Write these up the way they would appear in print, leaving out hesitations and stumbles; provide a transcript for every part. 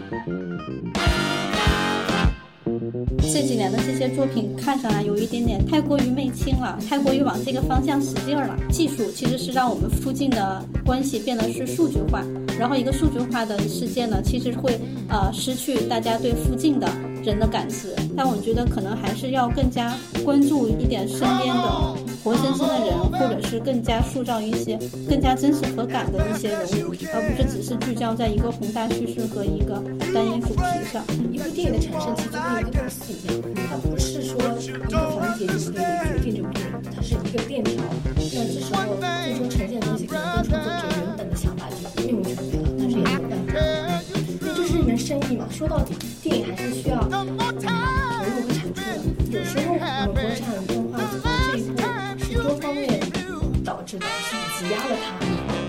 这几年的这些作品看上来有一点点太过于媚轻了，太过于往这个方向使劲了。技术其实是让我们附近的关系变得是数据化，然后一个数据化的世界呢，其实会失去大家对附近的人的感知。但我觉得可能还是要更加关注一点身边的活生生的人，或者是更加塑造一些更加真实可感的一些人物，而不是只是聚焦在一个宏大叙事和一个单一主题上。 一部电影的产生其实就跟一个公司一样，它不是说一个环节就可以决定这部电影，它是一个链条。那这时候最终呈现的东西可能跟创作者原本的想法就面目全非了，但是也没有办法，因为这是一门生意嘛。说到底，电影还是需要投入和产出的。有时候我们国产动画走到这一步，是多方面导致的，是挤压了它。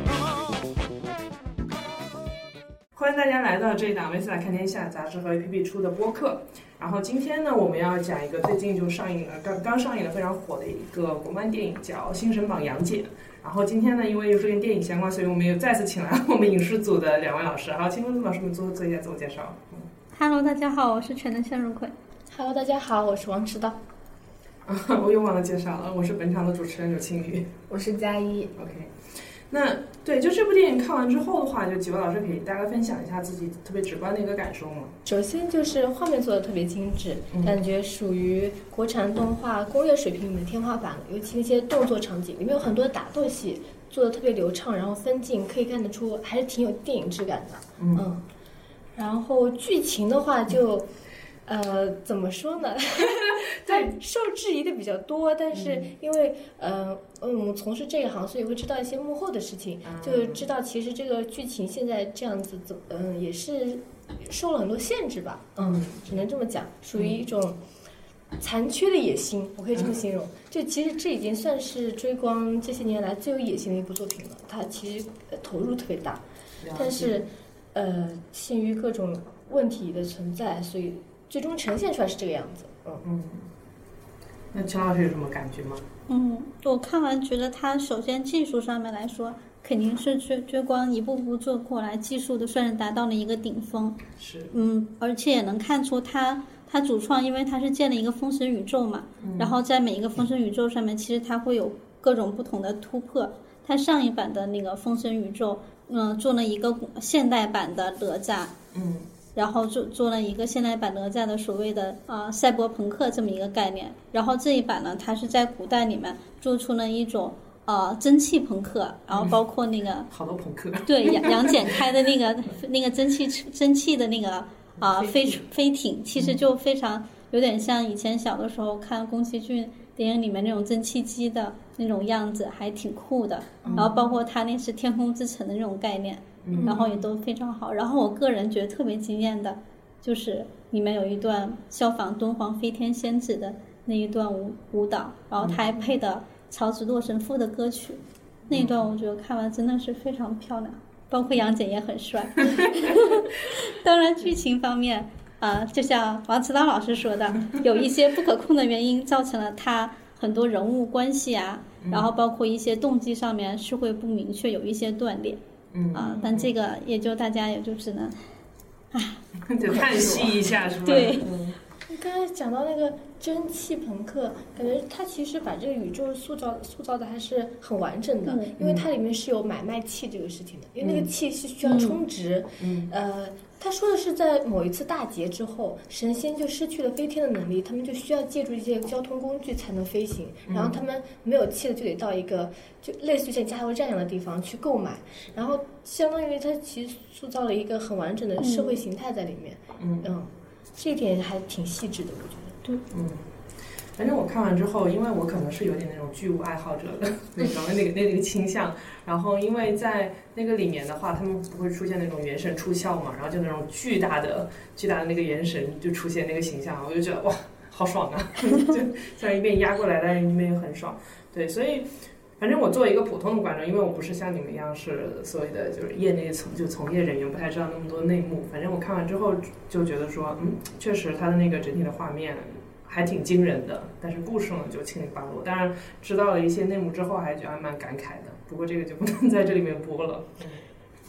欢迎大家来到这一档维斯塔看天下杂志和 APP 出的播客。然后今天呢，我们要讲一个最近就上映了，刚上映了非常火的一个国漫电影，叫《新神榜杨戬》。然后今天呢，因为又是跟电影相关，所以我们又再次请来了我们影视组的两位老师。好，请问老师们做一下自我介绍。 Hello， 大家好，我是全能向日葵。 Hello， 大家好，我是王迟到。 我又忘了介绍了，我是本场的主持人柳青雨。 我是佳一。 OK。那对，就这部电影看完之后的话，就几位老师可以大概分享一下自己特别直观的一个感受吗？ 首先就是画面做的特别精致，感觉属于国产动画工业水平里面的天花板，尤其那些动作场景里面有很多打斗戏做的特别流畅，然后分镜可以看得出还是挺有电影质感的。然后剧情的话就怎么说呢？它受质疑的比较多，但是因为我们从事这一行，所以会知道一些幕后的事情，就知道其实这个剧情现在这样子也是受了很多限制吧。只能这么讲，属于一种残缺的野心，我可以这么形容。就其实这已经算是追光这些年来最有野心的一部作品了。它其实投入特别大，但是限于各种问题的存在，所以最终呈现出来是这个样子。 那陈老师有什么感觉吗？ 我看完觉得他首先技术上面来说，肯定是追光一步步做过来，技术的算是达到了一个顶峰。 是。而且也能看出他主创，因为他是建了一个封神宇宙嘛，然后在每一个封神宇宙上面，其实他会有各种不同的突破。他上一版的那个封神宇宙，做了一个现代版的哪吒。然后做了一个现代版哪吒的所谓的赛博朋克这么一个概念，然后这一版呢，它是在古代里面做出了一种蒸汽朋克，然后包括那个好多朋克， 对杨戬开的那个蒸汽的那个飞艇，其实就非常有点像以前小的时候看宫崎骏电影里面那种蒸汽机的那种样子，还挺酷的。然后包括它那是天空之城的那种概念。然后也都非常好。然后我个人觉得特别惊艳的，就是里面有一段效仿敦煌飞天仙子的那一段舞蹈，然后他还配的曹植洛神赋的歌曲，那一段我觉得看完真的是非常漂亮，包括杨戬也很帅。当然剧情方面就像王迟到老师说的，有一些不可控的原因造成了他很多人物关系然后包括一些动机上面是会不明确，有一些断裂。但这个也就大家也就只能就叹息一下，是吧？ 对。 你刚才讲到那个蒸汽朋克，感觉它其实把这个宇宙塑造的还是很完整的，因为它里面是有买卖气这个事情的，因为那个气是需要充值。他说的是在某一次大劫之后，神仙就失去了飞天的能力，他们就需要借助一些交通工具才能飞行，然后他们没有气了就得到一个就类似于像加油站一样的地方去购买，然后相当于他其实塑造了一个很完整的社会形态在里面。这一点还挺细致的，我觉得。 对。 反正我看完之后，因为我可能是有点那种剧务爱好者的那个倾向，然后因为在那个里面的话，他们不会出现那种元神出窍嘛，然后就那种巨大的那个元神就出现那个形象，我就觉得哇，好爽啊！就像一边压过来，但是一边又很爽。对，所以反正我作为一个普通的观众，因为我不是像你们一样是所谓的就是业内从业人员，不太知道那么多内幕。反正我看完之后就觉得说，确实它的那个整体的画面还挺惊人的，但是故事呢就七零八落。当然知道了一些内幕之后，还觉得还蛮感慨的。不过这个就不能在这里面播了。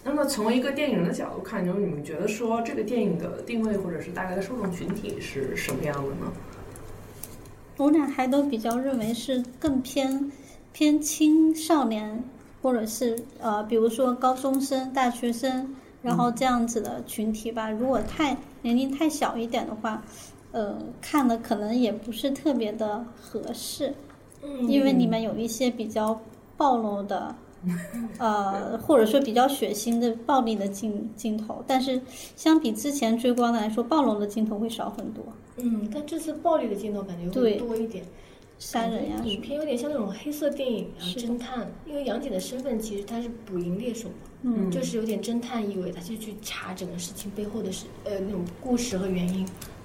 那么从一个电影人的角度看，就是你们觉得说这个电影的定位或者是大概的受众群体是什么样的呢？ 我俩还都比较认为是更偏青少年，或者是比如说高中生、大学生，然后这样子的群体吧。如果年龄太小一点的话，看的可能也不是特别的合适，因为里面有一些比较暴露的。或者说比较血腥的暴力的镜头，但是相比之前追光的来说，暴露的镜头会少很多。 但这次暴力的镜头感觉会多一点， 杀人呀， 影片有点像那种黑色电影，然后侦探。因为杨戬的身份其实他是捕蝇猎手嘛，就是有点侦探意味，他就去查整个事情背后的那种故事和原因。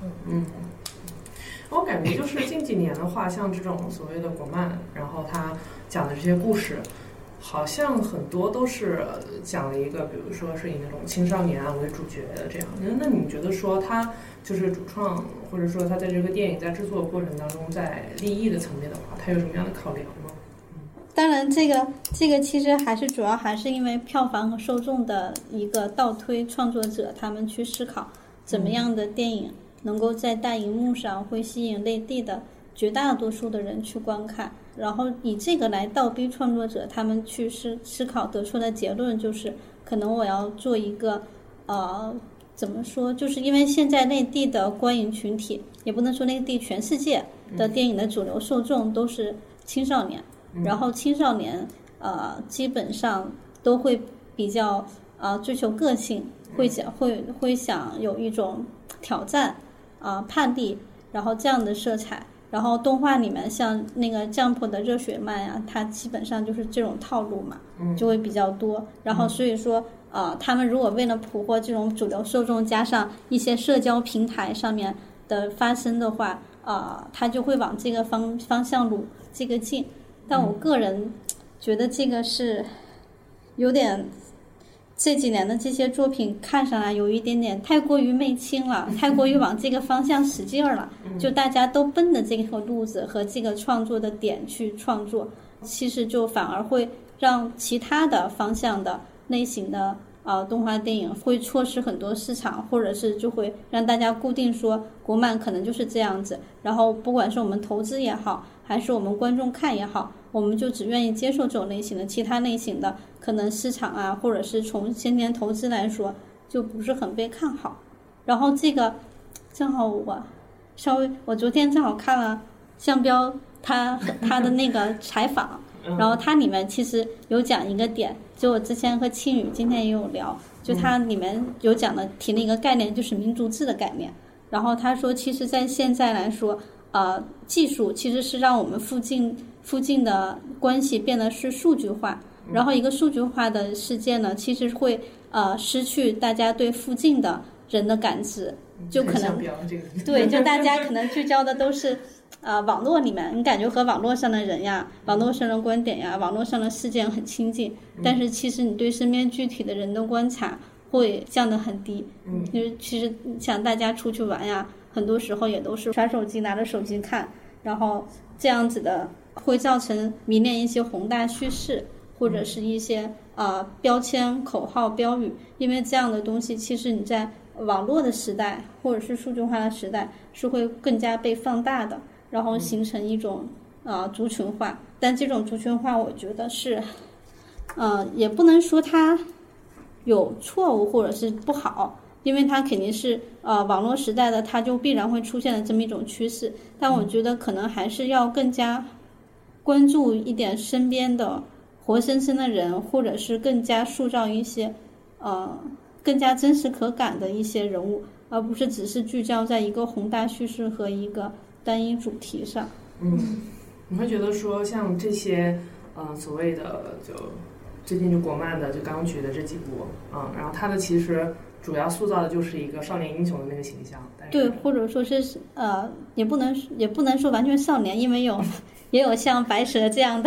我感觉就是近几年的话，像这种所谓的国漫，然后他讲的这些故事。好像很多都是讲了一个，比如说是以那种青少年为主角的这样。那你觉得说他就是主创，或者说他在这个电影在制作过程当中，在利益的层面的话，他有什么样的考量吗？ 当然，这个其实主要还是因为票房和受众的一个倒推，创作者他们去思考怎么样的电影能够在大荧幕上会吸引内地的绝大多数的人去观看。然后以这个来倒逼创作者他们去思考得出的结论就是，可能我要做一个怎么说，就是因为现在内地的观影群体，也不能说内地，全世界的电影的主流受众都是青少年，然后青少年基本上都会比较追求个性，会想有一种挑战叛逆，然后这样的色彩。然后动画里面像那个 Jump 的热血漫呀，它基本上就是这种套路嘛，就会比较多。然后所以说他们如果为了捕获这种主流受众，加上一些社交平台上面的发生的话，他就会往这个方向努这个劲。但我个人觉得这个是有点。这几年的这些作品看上来有一点点太过于媚青了，太过于往这个方向使劲了，就大家都奔着这个路子和这个创作的点去创作，其实就反而会让其他的方向的类型的动画电影会错失很多市场，或者是就会让大家固定说国漫可能就是这样子，然后不管是我们投资也好，还是我们观众看也好，我们就只愿意接受这种类型的，其他类型的可能市场或者是从先天投资来说就不是很被看好。然后这个正好我昨天正好看了向彪他的那个采访，然后它里面其实有讲一个点，就我之前和庆宇今天也有聊，就它里面有讲的提了一个概念，就是民族志的概念。然后他说其实在现在来说技术其实是让我们附近的关系变得是数据化，然后一个数据化的世界呢，其实会失去大家对附近的人的感知，就可能对，就大家可能聚焦的都是网络里面，你感觉和网络上的人呀、网络上的观点呀、网络上的事件很亲近，但是其实你对身边具体的人的观察会降得很低。就是其实像大家出去玩呀，很多时候也都是刷手机，拿着手机看，然后这样子的会造成迷恋一些宏大叙事，或者是一些标签、口号、标语，因为这样的东西其实你在网络的时代或者是数据化的时代是会更加被放大的，然后形成一种族群化。但这种族群化我觉得是也不能说它有错误或者是不好，因为它肯定是网络时代的，它就必然会出现的这么一种趋势。但我觉得可能还是要更加关注一点身边的活生生的人，或者是更加塑造一些更加真实可感的一些人物，而不是只是聚焦在一个宏大叙事和一个单一主题上。 你会觉得说像这些所谓的就最近就国漫的就刚刚举的这几部然后它的其实主要塑造的就是一个少年英雄的那个形象。 对，或者说是也不能说完全少年，因为也有像白蛇这样的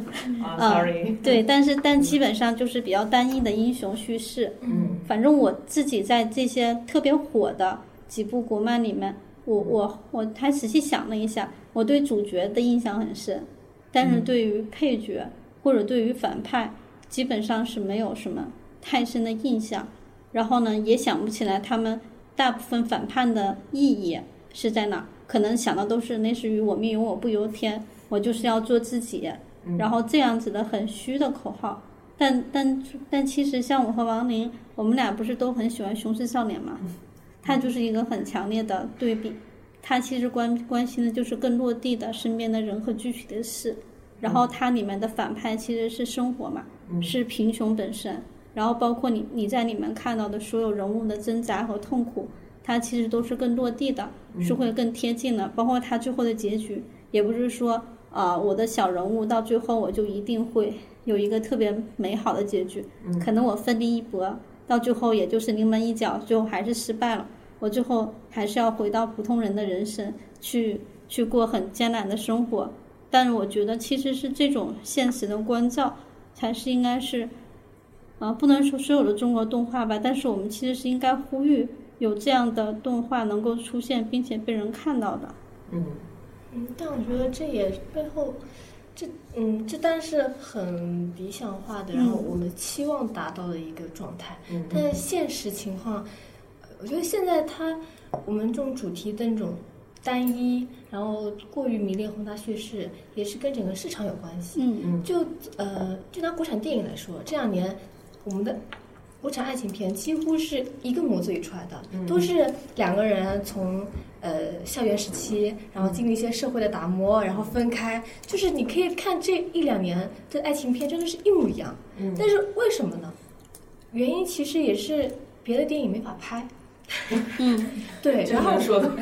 sorry 对，但基本上就是比较单一的英雄叙事。反正我自己在这些特别火的几部国漫里面，我还仔细想了一下，我对主角的印象很深，但是对于配角或者对于反派基本上是没有什么太深的印象，然后呢也想不起来他们大部分反叛的意义是在哪，可能想的都是类似于我命由我不由天，我就是要做自己，然后这样子的很虚的口号。但其实像我和王林，我们俩不是都很喜欢《雄狮少年》吗？他就是一个很强烈的对比，他其实关心的就是更落地的身边的人和具体的事，然后它里面的反派其实是生活嘛，是贫穷本身，然后包括你在里面看到的所有人物的挣扎和痛苦，它其实都是更落地的，是会更贴近的。包括他最后的结局，也不是说我的小人物到最后我就一定会有一个特别美好的结局，可能我奋力一搏，到最后也就是临门一脚，最后还是失败了。我最后还是要回到普通人的人生，去过很艰难的生活。但是我觉得其实是这种现实的关照，才是应该是，不能说所有的中国动画吧，但是我们其实是应该呼吁有这样的动画能够出现，并且被人看到的。 但我觉得这也背后，这当然是很理想化的，然后我们期望达到的一个状态。但是现实情况，我觉得现在我们这种主题的那种单一，然后过于迷恋宏大叙事，也是跟整个市场有关系。就拿国产电影来说，这2年我们的国产爱情片几乎是一个模子里出来的，都是2个人从校园时期，然后经历一些社会的打磨，然后分开，就是你可以看这1-2年的爱情片真的是一模一样。但是为什么呢？原因其实也是别的电影没法拍。对，然后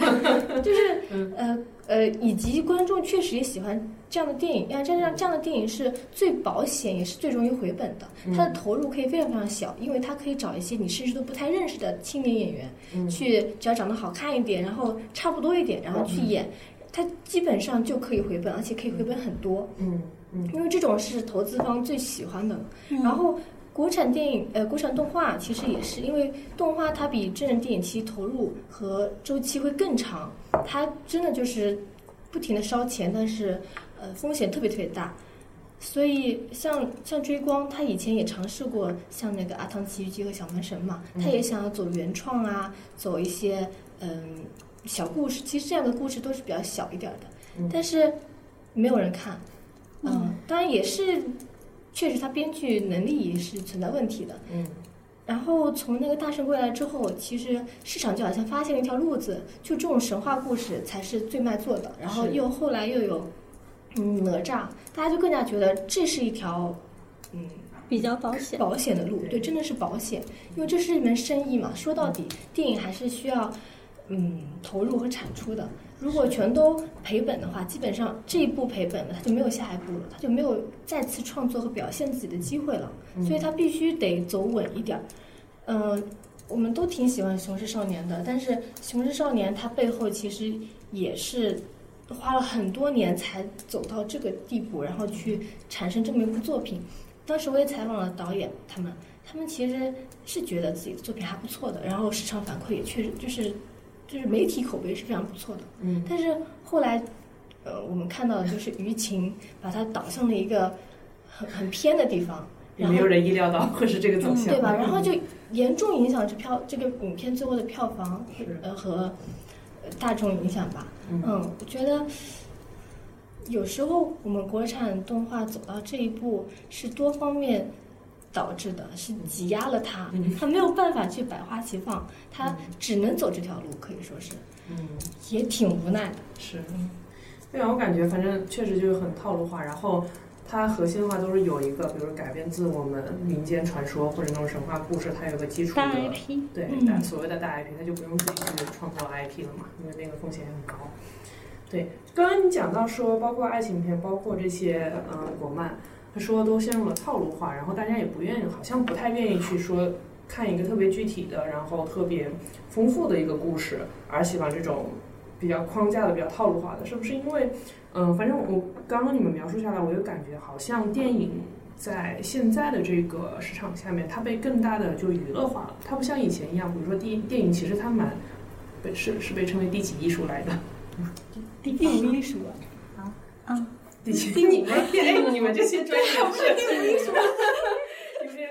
就是以及观众确实也喜欢这样的电影，这样的电影是最保险也是最容易回本的，它的投入可以非常非常小，因为它可以找一些你甚至都不太认识的青年演员，去只要长得好看一点，然后差不多一点，然后去演，它基本上就可以回本，而且可以回本很多。因为这种是投资方最喜欢的。然后国产电影国产动画其实也是，因为动画它比真人电影其实投入和周期会更长，它真的就是不停的烧钱，但是风险特别特别大。所以像追光，他以前也尝试过像那个《阿汤奇遇记》和《小门神》嘛，他也想要走原创啊，走一些小故事，其实这样的故事都是比较小一点的，但是没有人看。当然也是确实他编剧能力也是存在问题的。然后从那个大圣归来之后，其实市场就好像发现了一条路子，就这种神话故事才是最卖座的。然后后来又有哪吒，大家就更加觉得这是一条比较保险的路。对，真的是保险，因为这是一门生意嘛。说到底，电影还是需要投入和产出的。如果全都赔本的话，基本上这一步赔本了，他就没有下一步了，他就没有再次创作和表现自己的机会了。所以他必须得走稳一点。我们都挺喜欢《雄狮少年》的，但是《雄狮少年》它背后其实也是花了很多年才走到这个地步，然后去产生这么一部作品。当时我也采访了导演，他们其实是觉得自己的作品还不错的，然后市场反馈也确实就是媒体口碑是非常不错的。但是后来我们看到的就是舆情把它导向了一个很偏的地方， 也没有人意料到会是这个走向， 对吧？然后就严重影响这个影片最后的票房和大众影响吧。我觉得有时候我们国产动画走到这一步是多方面导致的，是挤压了它，它没有办法去百花齐放，它只能走这条路，可以说是，也挺无奈的。 是，对啊，我感觉反正确实就是很套路化，然后它核心的话都是有一个，比如改编自我们民间传说或者那种神话故事，它有个基础的大 IP， 对，所谓的大 IP，它就不用自己去创造 IP 了嘛，因为那个风险也很高。对，刚刚你讲到说，包括爱情片，包括这些国漫，他说都陷入了套路化，然后大家也好像不太愿意去说看一个特别具体的，然后特别丰富的一个故事，而喜欢这种比较框架的、比较套路化的，是不是因为反正我刚刚你们描述下来，我有感觉好像电影在现在的这个市场下面，它被更大的就娱乐化了，它不像以前一样，比如说电影其实它是被称为第几艺术来的。 第五艺术第几？你们这些专业不是第五艺术？你们这些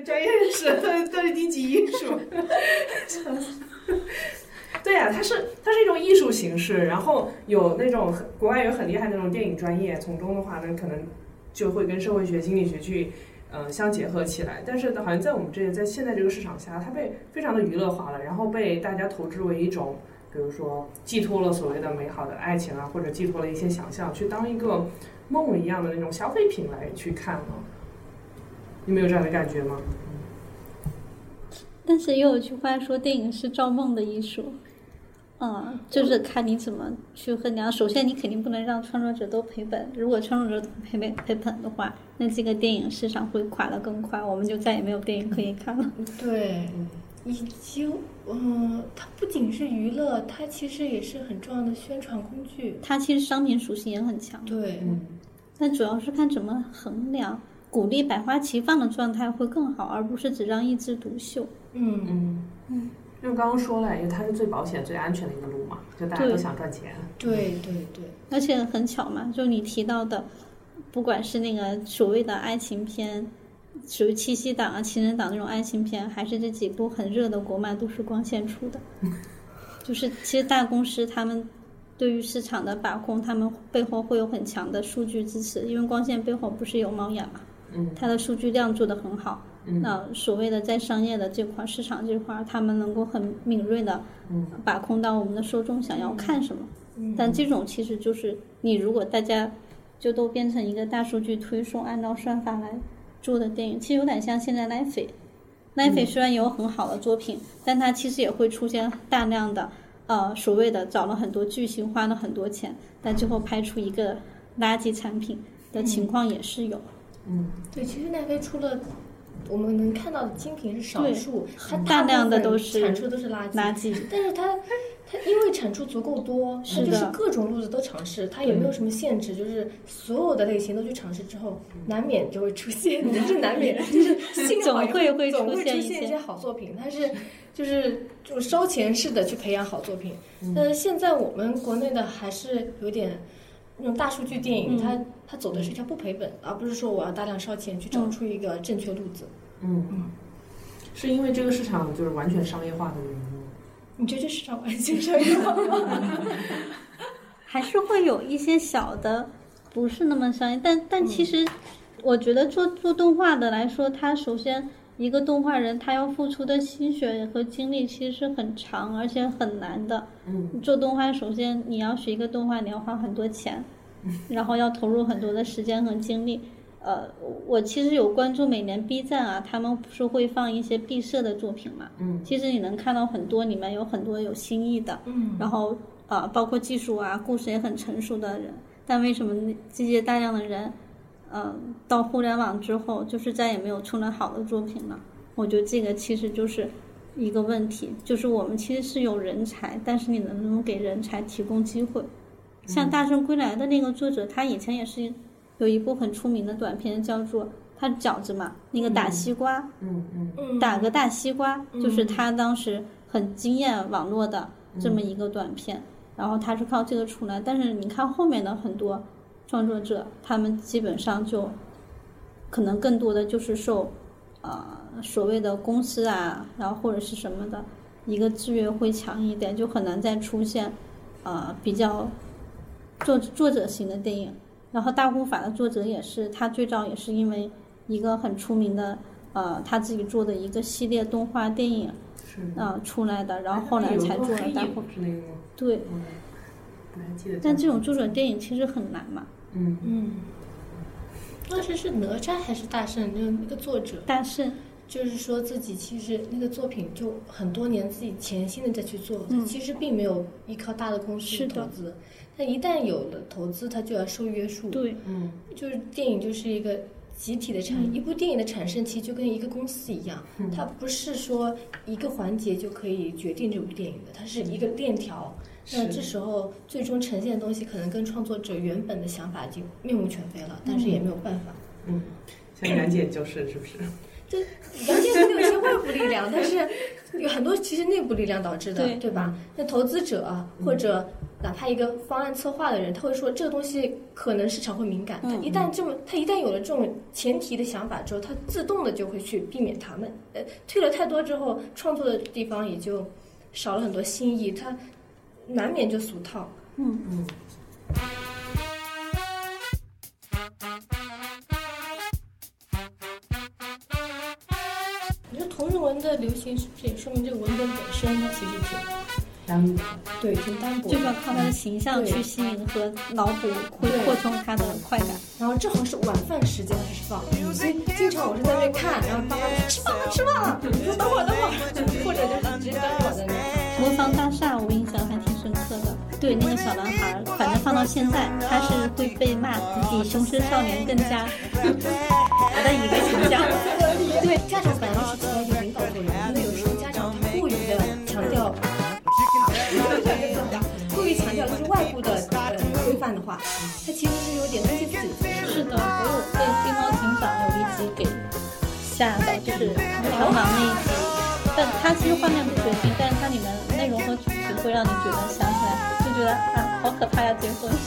专业人士都是低级艺术。对呀、它是一种艺术形式，然后有那种国外有很厉害的那种电影专业，从中的话呢，可能就会跟社会学、心理学去相结合起来。但是好像在我们在现在这个市场下，它被非常的娱乐化了，然后被大家投掷为一种，比如说寄托了所谓的美好的爱情啊，或者寄托了一些想象，去当一个梦一样的那种消费品来去看了。你们有这样的感觉吗？ 但是也有句话说，电影是造梦的艺术。就是看你怎么去衡量。首先，你肯定不能让创作者都赔本。如果创作者赔本的话，那这个电影市场会垮得更快，我们就再也没有电影可以看了。 对，以及它不仅是娱乐，它其实也是很重要的宣传工具。 它其实商品属性也很强。 对， 但主要是看怎么衡量。鼓励百花齐放的状态会更好，而不是只让一枝独秀。 因为刚刚说了，因为它是最保险、最安全的一个路嘛，就大家都想赚钱。 对， 而且很巧嘛，就你提到的，不管是那个所谓的爱情片，属于七夕档啊、情人档那种爱情片，还是这几部很热的国漫，都是光线出的。就是其实大公司他们对于市场的把控，他们背后会有很强的数据支持，因为光线背后不是有猫眼嘛，它的数据量做得很好。那所谓的在商业的这块市场这块，他们能够很敏锐的把控到我们的受众想要看什么。但这种其实就是你如果大家就都变成一个大数据推送，按照算法来做的电影，其实有点像现在奈飞。奈飞虽然有很好的作品，但它其实也会出现大量的所谓的找了很多巨星，花了很多钱，但最后拍出一个垃圾产品的情况也是有。 对，其实奈飞出了我们能看到的精品是少数，它大量的都是产出都是垃圾，但是它因为产出足够多，它就是各种路子都尝试，它也没有什么限制，就是所有的类型都去尝试之后，难免就会出现，就是难免就是幸好总会出现一些好作品，它是就是烧钱式的去培养好作品。但是现在我们国内的还是有点那种大数据电影，它走的是一条不赔本，而不是说我要大量烧钱去找出一个正确路子。 是因为这个市场就是完全商业化的原因吗？ 你觉得这市场完全商业化吗？ 还是会有一些小的不是那么商业，但其实我觉得做动画的来说，他首先一个动画人他要付出的心血和精力其实是很长而且很难的。做动画首先你要学一个动画，你要花很多钱，然后要投入很多的时间和精力。我其实有关注每年 B 站啊，他们不是会放一些毕设的作品嘛？其实你能看到很多里面有很多有新意的，然后包括技术啊、故事也很成熟的人，但为什么这些大量的人，到互联网之后，就是再也没有出来好的作品了？我觉得这个其实就是一个问题，就是我们其实是有人才，但是你能不能给人才提供机会？像《大圣归来》的那个作者，他以前也是有一部很出名的短片，叫做他饺子嘛，那个打西瓜，打个大西瓜，就是他当时很惊艳网络的这么一个短片，然后他是靠这个出来。但是你看后面的很多创作者，他们基本上就可能更多的就是受所谓的公司啊，然后或者是什么的一个制约会强一点，就很难再出现比较作者型的电影。然后大护法的作者也是，他最早也是因为一个很出名的他自己做的一个系列动画电影出来的，然后后来才做了大护法。对，但这种作者电影其实很难嘛。 当时是哪吒还是大圣？就那个作者大圣， 就是说自己其实那个作品就很多年自己潜心的在去做，其实并没有依靠大的公司投资。但一旦有了投资，它就要受约束。 对， 就是电影就是一个集体的产业，一部电影的产生其实就跟一个公司一样，它不是说一个环节就可以决定这部电影的，它是一个链条。那这时候最终呈现的东西可能跟创作者原本的想法已经面目全非了，但是也没有办法。 像杨姐就是不是？ 这杨姐很有些会外部力量，但是有很多其实内部力量导致的，对吧？那投资者或者哪怕一个方案策划的人，他会说这个东西可能市场会敏感，他一旦有了这种前提的想法之后，他自动的就会去避免他们。推了太多之后，创作的地方也就少了很多新意，他难免就俗套。你说同人文的流行，这也说明这个文本本身它其实挺单薄， 对，挺单薄， 就是要靠他的形象去吸引和脑补，会扩充他的快感。 然后正好是晚饭时间开始放，所以经常我是在那边看，然后爸妈说吃饭了，你说等会儿，或者就是直接端着我在那看。 魔方大厦我印象还挺深刻的，对那个小男孩，反正放到现在，他是会被骂比雄狮少年更加的一个形象。 对，家长反而是起到一个引导作用，因为有时候家长他过于的强调。过于强调就是外部的规范的话，它其实是有点东西自己的。 是的，我有被《黑猫警长》有一集给吓到，就是螳螂那一集，但它其实画面不对劲，但是它里面内容和主题会让你觉得想起来就觉得啊，好可怕呀，结婚。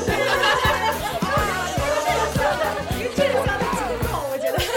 这个想的挺好，我觉得。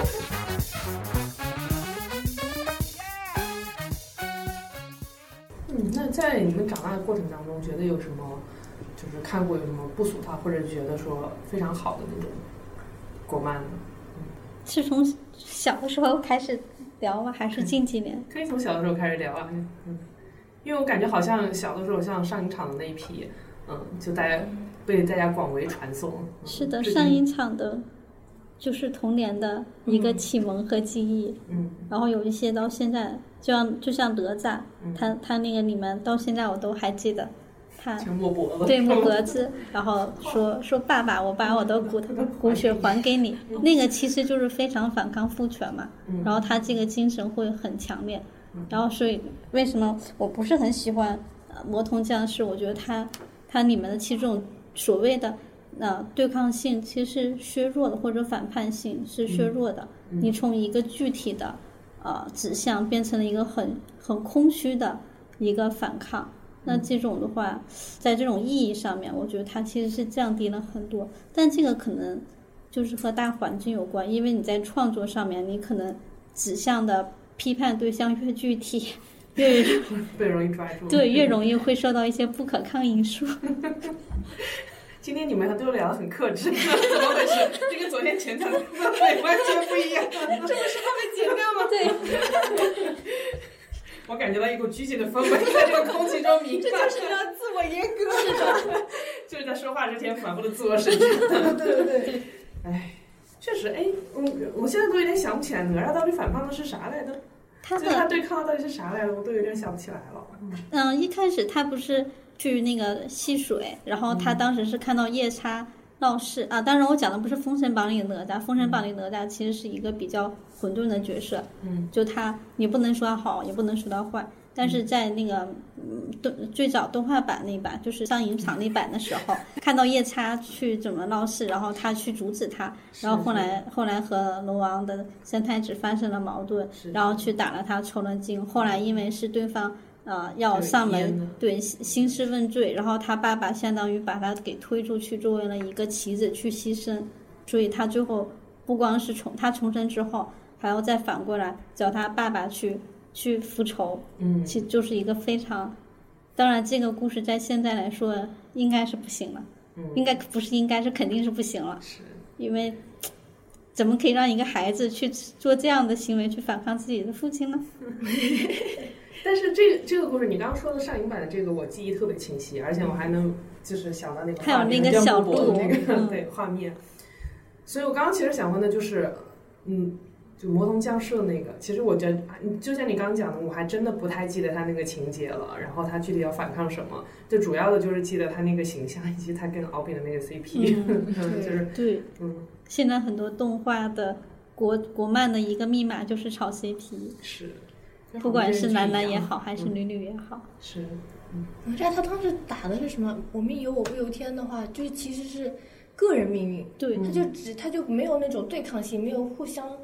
那在你们长大的过程当中，觉得有什么，就是看过有什么不俗套，或者觉得说非常好的那种国漫呢？ 是从小的时候开始聊吗？还是近几年？ 可以从小的时候开始聊啊。因为我感觉好像小的时候，像上影厂的那一批，就被大家广为传颂。 是的，上影厂的，就是童年的一个启蒙和记忆。然后有一些到现在，就像哪吒，他那个里面到现在我都还记得，他摸脖子， 对，摸脖子，然后说爸爸，我把我的骨血还给你。那个其实就是非常反抗父权嘛。然后他这个精神会很强烈。然后所以为什么我不是很喜欢魔童降世？我觉得它里面的其实这种所谓的对抗性其实是削弱的，或者反叛性是削弱的。你从一个具体的指向变成了一个很空虚的一个反抗。那这种的话，在这种意义上面，我觉得它其实是降低了很多。但这个可能就是和大环境有关，因为你在创作上面，你可能指向的批判对象越具体，越容易抓住， 对，越容易会受到一些不可抗因素。 今天你们都聊得很克制，怎么回事？这跟昨天前场的氛围完全不一样。 这不是怕被剪掉吗？ 对。 我感觉到一股拘谨的氛围在这个空气中弥漫。 这就是要自我严格， 是的， 就是在说话之前反复的自我审视。 对。 哎，确实，我现在都有点想不起来哪吒到底反抗的是啥来着？他对抗的到底是啥来着？我都有点想不起来了。 一开始他不是去那个戏水，然后他当时是看到夜叉闹事啊。当然我讲的不是《封神榜》里的哪吒，《封神榜》里哪吒其实是一个比较混沌的角色。就他你不能说他好，也不能说他坏。但是在那个最早动画版那版，就是上影厂那版的时候，看到夜叉去怎么闹事，然后他去阻止他，然后后来和龙王的三太子发生了矛盾，然后去打了他，抽了筋。后来因为是对方要上门对兴师问罪，然后他爸爸相当于把他给推出去，作为了一个棋子去牺牲，所以他最后不光是他重生之后，还要再反过来找他爸爸去复仇。其实就是一个非常，当然这个故事在现在来说应该是不行了。是肯定是不行了。因为怎么可以让一个孩子去做这样的行为去反抗自己的父亲呢？ 但是这个故事你刚刚说的上影版的这个我记忆特别清晰，而且我还能就是想到那个还有那个小鹿那个对画面。所以我刚刚其实想问的就是就魔童降世的那个，其实我觉得就像你刚刚讲的，我还真的不太记得他那个情节了，然后他具体要反抗什么，就主要的就是记得他那个形象以及他跟敖丙的那个 CP。就是对，现在很多动画的国漫的一个密码就是炒 CP， 是， 不管是男男也好，还是女女也好。 是。 哪吒他当时打的是什么？我命由我不由天的话，就是其实是个人命运。 对， 他就没有那种对抗性，没有互相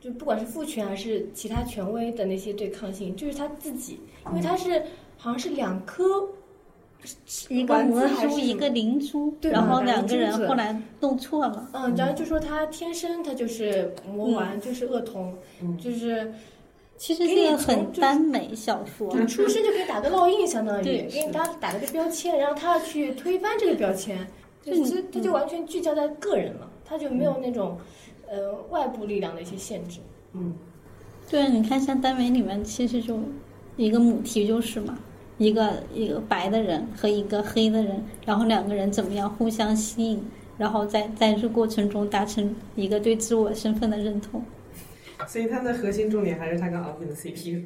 就不管是父权还是其他权威的那些对抗性，就是他自己，因为他是好像是2颗。 一个魔珠一个灵珠，然后2个人后来弄错了。 然后就说他天生他就是魔丸，就是恶童，就是其实这个很耽美小说， 就出生就可以打个烙印，相当于给他打了个标签，然后他要去推翻这个标签，他就完全聚焦在个人了，他就没有那种外部力量的一些限制。 对，你看像耽美里面其实就一个母题就是嘛。一个白的人和一个黑的人，然后2个人怎么样互相吸引，然后在这过程中达成一个对自我身份的认同。 所以它的核心重点还是他跟敖丙的 CP，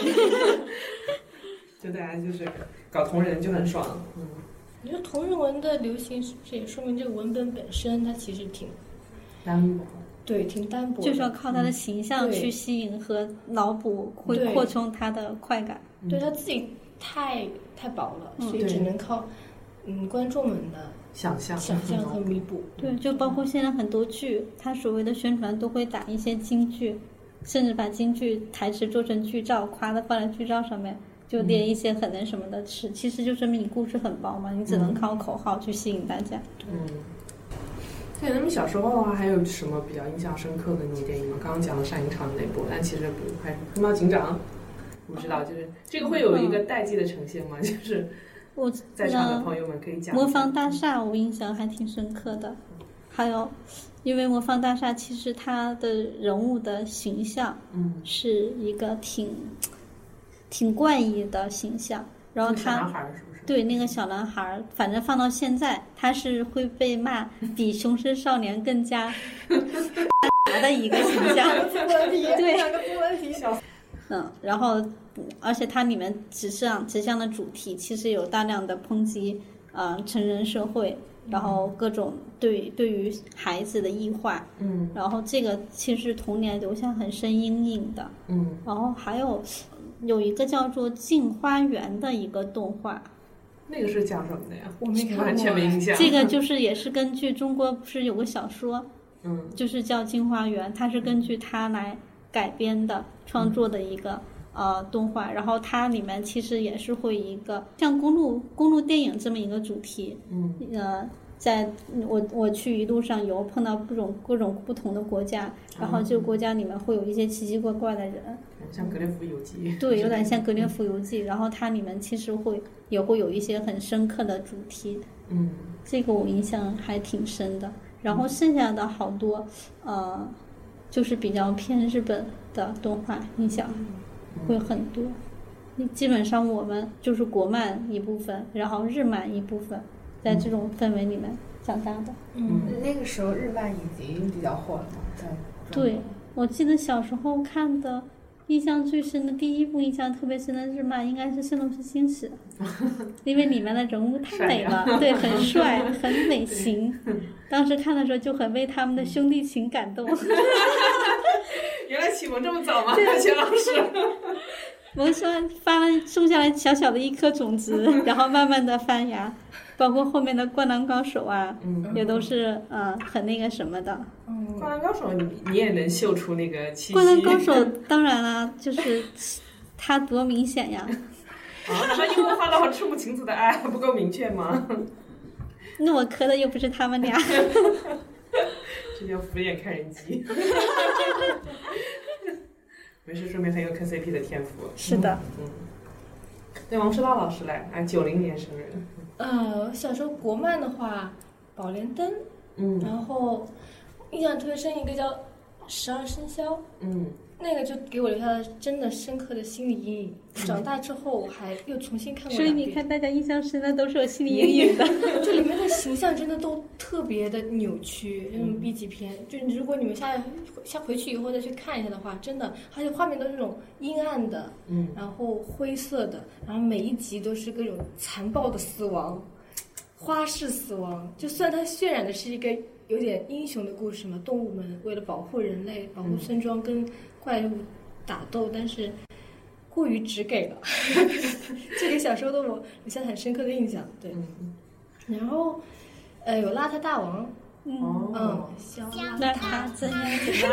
就大家就是搞同人就很爽。 我觉得同人文的流行，这也说明这个文本本身它其实挺单薄。 对，挺单薄的， 就是要靠他的形象去吸引和脑补，会扩充他的快感。 对他自己太薄了，所以只能靠观众们的想象和弥补。 对，就包括现在很多剧，他所谓的宣传都会打一些金句，甚至把金句台词做成剧照，夸的放在剧照上面，就列一些很那什么的词，其实就证明你故事很薄嘛，你只能靠口号去吸引大家。 对，那么小时候的话，还有什么比较印象深刻的那种电影吗？刚刚讲了上影厂的那部，但其实还黑猫警长，我不知道，就是这个会有一个代际的呈现吗？就是我在场的朋友们可以讲。 魔方大厦我印象还挺深刻的，还有因为魔方大厦其实它的人物的形象，是一个挺怪异的形象，然后他。 小男孩是不是？ 对，那个小男孩，反正放到现在，他是会被骂比雄狮少年更加的一个形象。对， 两个不问题。 然后，而且它里面指向的主题其实有大量的抨击，成人社会，然后各种对于孩子的异化，然后这个其实童年留下很深阴影的，然后还有一个叫做《镜花缘》的一个动画。 那个是讲什么的呀？ 我没看过， 完全没印象。 这个就是也是根据中国不是有个小说，就是叫《镜花缘》，它是根据它来改编的创作的一个动画，然后它里面其实也是会一个像公路电影这么一个主题，在我去一路上游，碰到各种不同的国家，然后这个国家里面会有一些奇奇怪怪的人， 像格列佛游记。 对，有点像格列佛游记，然后它里面其实也会有一些很深刻的主题，这个我印象还挺深的。然后剩下的好多就是比较偏日本的动画印象会很多，基本上我们就是国漫一部分，然后日漫一部分，在这种氛围里面长大的。 那个时候日漫已经比较火了嘛， 对，我记得小时候看的印象最深的第一部印象特别深的日漫应该是《圣斗士星矢》，因为里面的人物太美了，对，很帅，很美型。当时看的时候就很为他们的兄弟情感动。 原来启蒙这么早吗？钱老师。 我说种下来小小的一颗种子，然后慢慢的发芽，包括后面的《灌篮高手》啊，也都是很那个什么的。 灌篮高手你也能嗅出那个气息。 灌篮高手当然了，就是它多明显呀！ 难道樱木花道和赤木晴子的爱还不够明确吗？ 那我磕的又不是他们俩。 这叫敷衍看人机。没事，说明很有磕 CP 的天赋。 是的。 对，王师大老师来，90年生人。 小时候国漫的话，《宝莲灯》，然后印象特别深一个叫《12生肖》，那个就给我留下了真的深刻的心理阴影。长大之后，我还又重新看过2遍。 所以你看，大家印象深的都是有心理阴影的。 这里面的形象真的都特别的扭曲，那种 B 级片。就如果你们下回去以后再去看一下的话，真的，而且画面都是那种阴暗的，然后灰色的，然后每一集都是各种残暴的死亡，花式死亡。就算它渲染的是一个有点英雄的故事嘛，动物们为了保护人类、保护村庄跟怪物打斗，但是过于直给了，这给小时候的我留下很深刻的印象。对，然后有邋遢大王， 小那他怎样？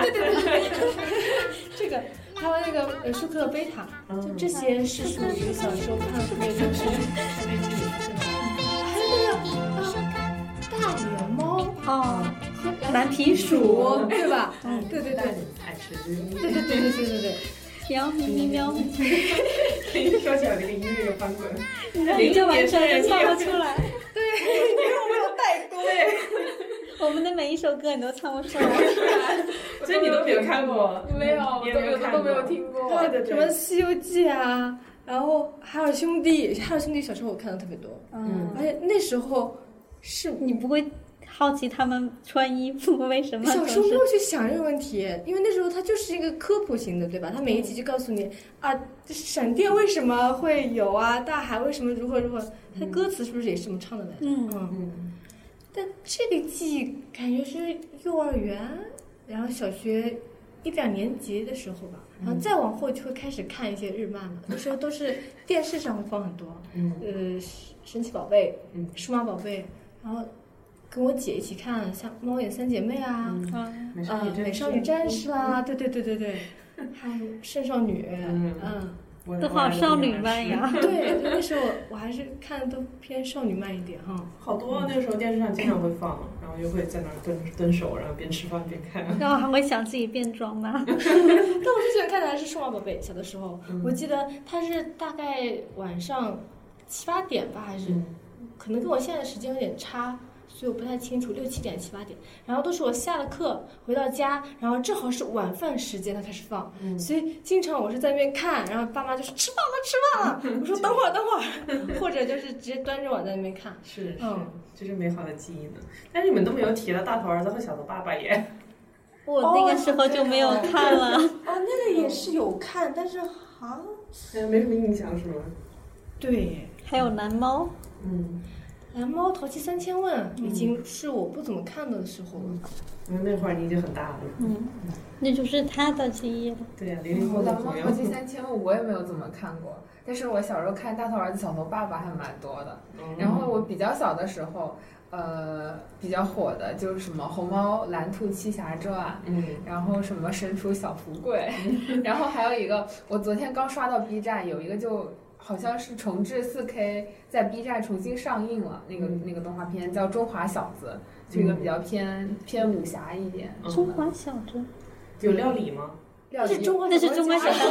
这个还有那个舒克贝塔，就这些是属于小时候看的特别多视频。还有那个大脸猫蓝皮鼠， 对吧？对， 爱吃这个。 对。 喵咪喵咪， 说起来那个音乐翻滚， 你就完全就唱不出来。 对，因为我没有带歌。 我们的每一首歌你都唱不出来， 所以你都没有看过？ 没有，都没有听过。 对，什么《西游记》啊，然后海尔兄弟，小时候我看的特别多。而且那时候是你不会好奇他们穿衣服为什么？ 小时候没有去想这个问题，因为那时候它就是一个科普型的，对吧？它每一集就告诉你闪电为什么会有啊，大海为什么如何，它歌词是不是也是这么唱的来着？但这个季感觉是幼儿园，然后小学1-2年级的时候吧，然后再往后就会开始看一些日漫嘛。那时候都是电视上会放很多，神奇宝贝，数码宝贝，然后跟我姐一起看，像猫眼三姐妹啊，美少女战士啦，对，还有圣少女， 都好少女漫呀。 对，那时候我还是看的都偏少女漫一点哈。 好多那时候电视上经常会放，然后就会在那儿蹲守，然后边吃饭边看。 然后还会想自己变装吗？ 但我最喜欢看的还是数码宝贝。小的时候，我记得它是大概晚上7-8点吧，还是可能跟我现在的时间有点差。所以我不太清楚，6-7点、7-8点，然后都是我下了课回到家，然后正好是晚饭时间，它开始放，所以经常我是在那边看，然后爸妈就说吃饭了，我说等会儿，或者就是直接端着碗在那边看。 是，这是美好的记忆呢。但是你们都没有提到大头儿子和小头爸爸耶。 我那个时候就没有看了。 那个也是有看，但是好像没什么印象是吗？ 对， 还有蓝猫。 蓝猫淘气3000问已经是我不怎么看的时候了。 那会儿你已经很大了。 那就是他的记忆了。 对呀，00后的朋友。 蓝猫淘气3000问我也没有怎么看过，但是我小时候看大头儿子小头爸爸还蛮多的。然后我比较小的时候，比较火的就是什么红猫蓝兔七侠传，然后什么神厨小福贵，然后还有一个我昨天刚刷到 B 站有一个就。好像是重制4K， 在 B 站重新上映了那个动画片，叫《中华小子》，这个比较偏武侠一点。 中华小子有料理吗？ 那是中华小子。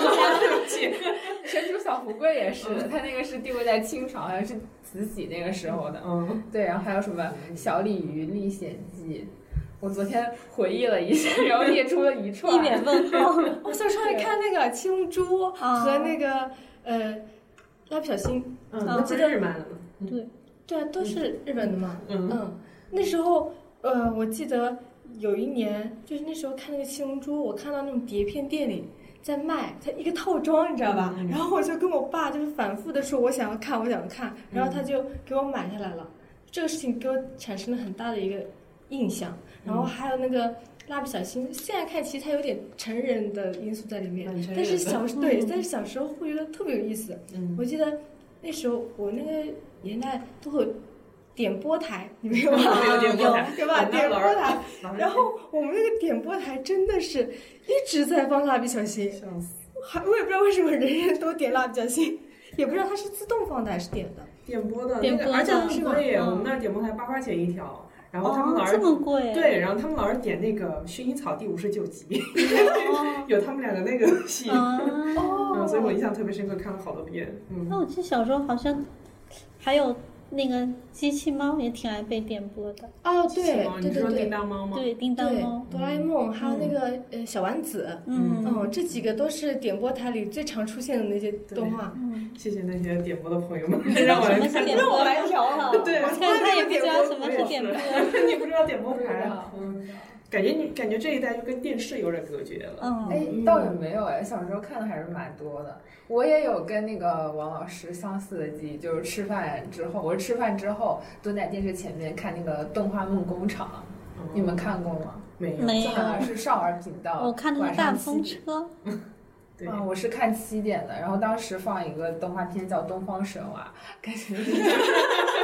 神厨小福贵也是，他那个是定位在清朝，好像是慈禧那个时候的。对，然后还有什么《小鲤鱼历险记》。我昨天回忆了一下，然后列出了一串。 一脸问号。 我小时候也看那个七龙珠和那个蜡笔小新，我记得日漫的。 对啊，都是日本的嘛。那时候我记得有一年，就是那时候看那个七龙珠，我看到那种碟片店里在卖，它一个套装，你知道吧？然后我就跟我爸就是反复的说，我想要看，然后他就给我买下来了。这个事情给我产生了很大的一个印象。然后还有那个蜡笔小新，现在看其实它有点成人的因素在里面，但是小时候会觉得特别有意思。我记得那时候我那个年代都会点播台，你没有吗？ 没有点播台， 对吧？点播台，然后我们那个点播台真的是一直在放蜡笔小新，我也不知道为什么人人都点蜡笔小新，也不知道它是自动放的还是点的。 点播的，而且很贵，我们那儿点播台8块钱一条。然后他们老是这么贵， 对，然后他们老是点那个薰衣草第59集，有他们俩的那个戏，所以我印象特别深刻，看了好多遍。 那我记得小时候好像还有那个机器猫也挺爱被点播的。 对， 你说叮当猫吗？ 对，叮当猫、 哆啦 A 梦，还有那个小丸子，这几个都是点播台里最常出现的那些动画。 谢谢那些点播的朋友们， 让我来调了。 对， 我看他也不知道什么是点播， 你不知道点播台。感觉这一代就跟电视有点隔绝了。 倒也没有小时候看的还是蛮多的。我也有跟那个王老师相似的记忆，就是吃饭之后蹲在电视前面看那个动画梦工厂，你们看过吗？ 没有， 好像是少儿频道。 我看的是大风车。 对， 我是看7点的，然后当时放一个动画片叫《东方神娃》，感觉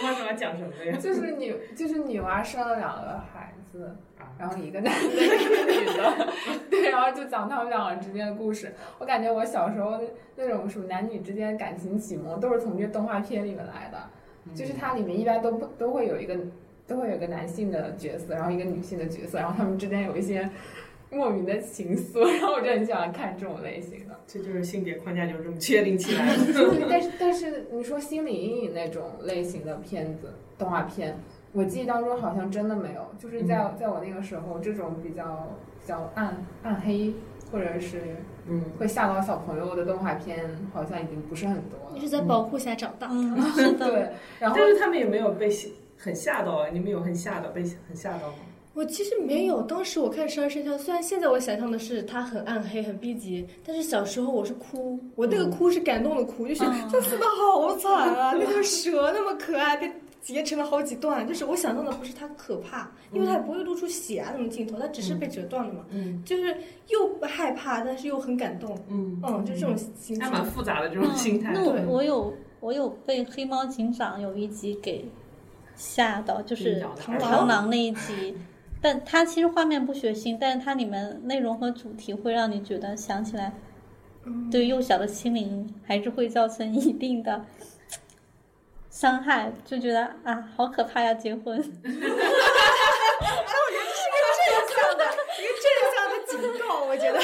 什么讲什么呀？ 就是女娃生了2个孩子，然后一个男的一个女的，对，然后就讲他们2个之间的故事。我感觉我小时候那种什么男女之间感情启蒙都是从这动画片里面来的，就是它里面一般都会有一个男性的角色，然后一个女性的角色，然后他们之间有一些莫名的情愫，然后我就很喜欢看这种类型的。 这就是性别框架就这么确定起来了。 但是你说心理阴影那种类型的片子动画片，我记忆当中好像真的没有，就是在我那个时候，这种比较暗黑或者是会吓到小朋友的动画片，好像已经不是很多了。 你是在保护下长大， 是的。 对，然后但是他们也没有被很吓到啊，你们有被很吓到吗？ 我其实没有，当时我看《十二生肖》，虽然现在我想象的是它很暗黑、很逼急，但是小时候我是哭，我那个哭是感动的哭，就是他死的好惨啊，那条蛇那么可爱，被截成了好几段，就是我想象的不是它可怕，因为它也不会露出血啊那种镜头，它只是被折断了嘛，就是又害怕，但是又很感动，就这种心情， 还蛮复杂的这种心态。 那我有被黑猫警长有一集给吓到，就是螳螂那一集。但它其实画面不血腥，但是它里面内容和主题会让你觉得想起来，对幼小的心灵还是会造成一定的伤害，就觉得啊，好可怕呀，结婚。 我觉得这是一个正向的警告，我觉得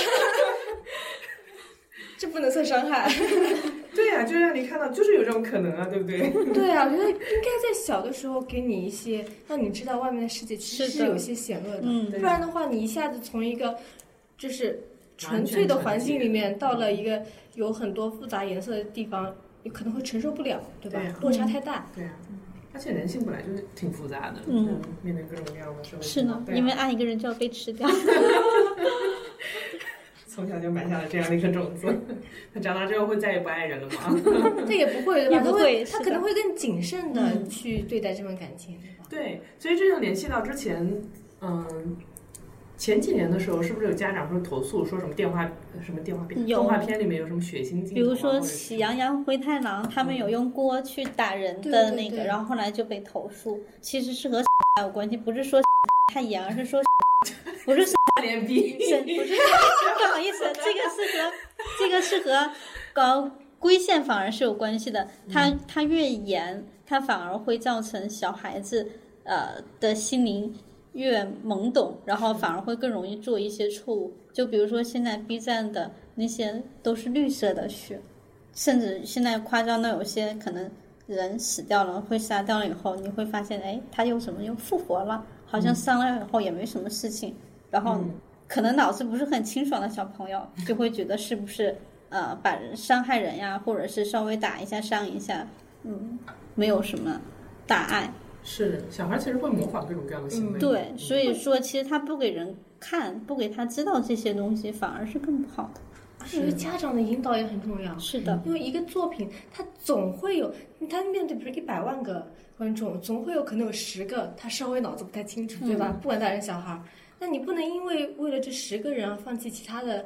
这不能算伤害。 对呀，就让你看到，就是有这种可能啊，对不对？ 对啊，我觉得应该在小的时候给你一些，让你知道外面的世界其实是有些险恶的，不然的话，你一下子从一个就是纯粹的环境里面到了一个有很多复杂颜色的地方，你可能会承受不了，对吧？落差太大。 对啊。而且人性本来就是挺复杂的，面对各种各样的社会是的，因为爱一个人就要被吃掉。 从小就埋下了这样的一颗种子，他长大之后会再也不爱人了吗？ 他也不会，对吧？ 也不会， 他可能会更谨慎的去对待这份感情，对吧？ 对，所以这就联系到之前，前几年的时候，是不是有家长说投诉说什么动画片里面有什么血腥镜头？ 比如说《喜羊羊灰太狼》，他们有用锅去打人的那个，然后后来就被投诉，其实是和有关系，不是说太严，而是说不是脸逼， 不是不好意思，这个是和规限反而是有关系的，它越严，它反而会造成小孩子的心灵越懵懂，然后反而会更容易做一些错误。就比如说现在 B 站的那些都是绿色的血，甚至现在夸张到有些可能人死掉了，会杀掉了以后，你会发现，哎，他又复活了，好像伤了以后也没什么事情。然后可能脑子不是很清爽的小朋友就会觉得是不是把人伤害人呀，或者是稍微打一下伤一下，没有什么大碍。 是的，小孩其实会模仿各种各样的行为。 对，所以说其实他不给人看，不给他知道这些东西，反而是更不好的。 而且家长的引导也很重要。 是的， 因为一个作品，它总会有，他面对比如100万个观众，总会有可能有10个他稍微脑子不太清楚，对吧？不管大人小孩，那你不能为了这10个人而放弃其他的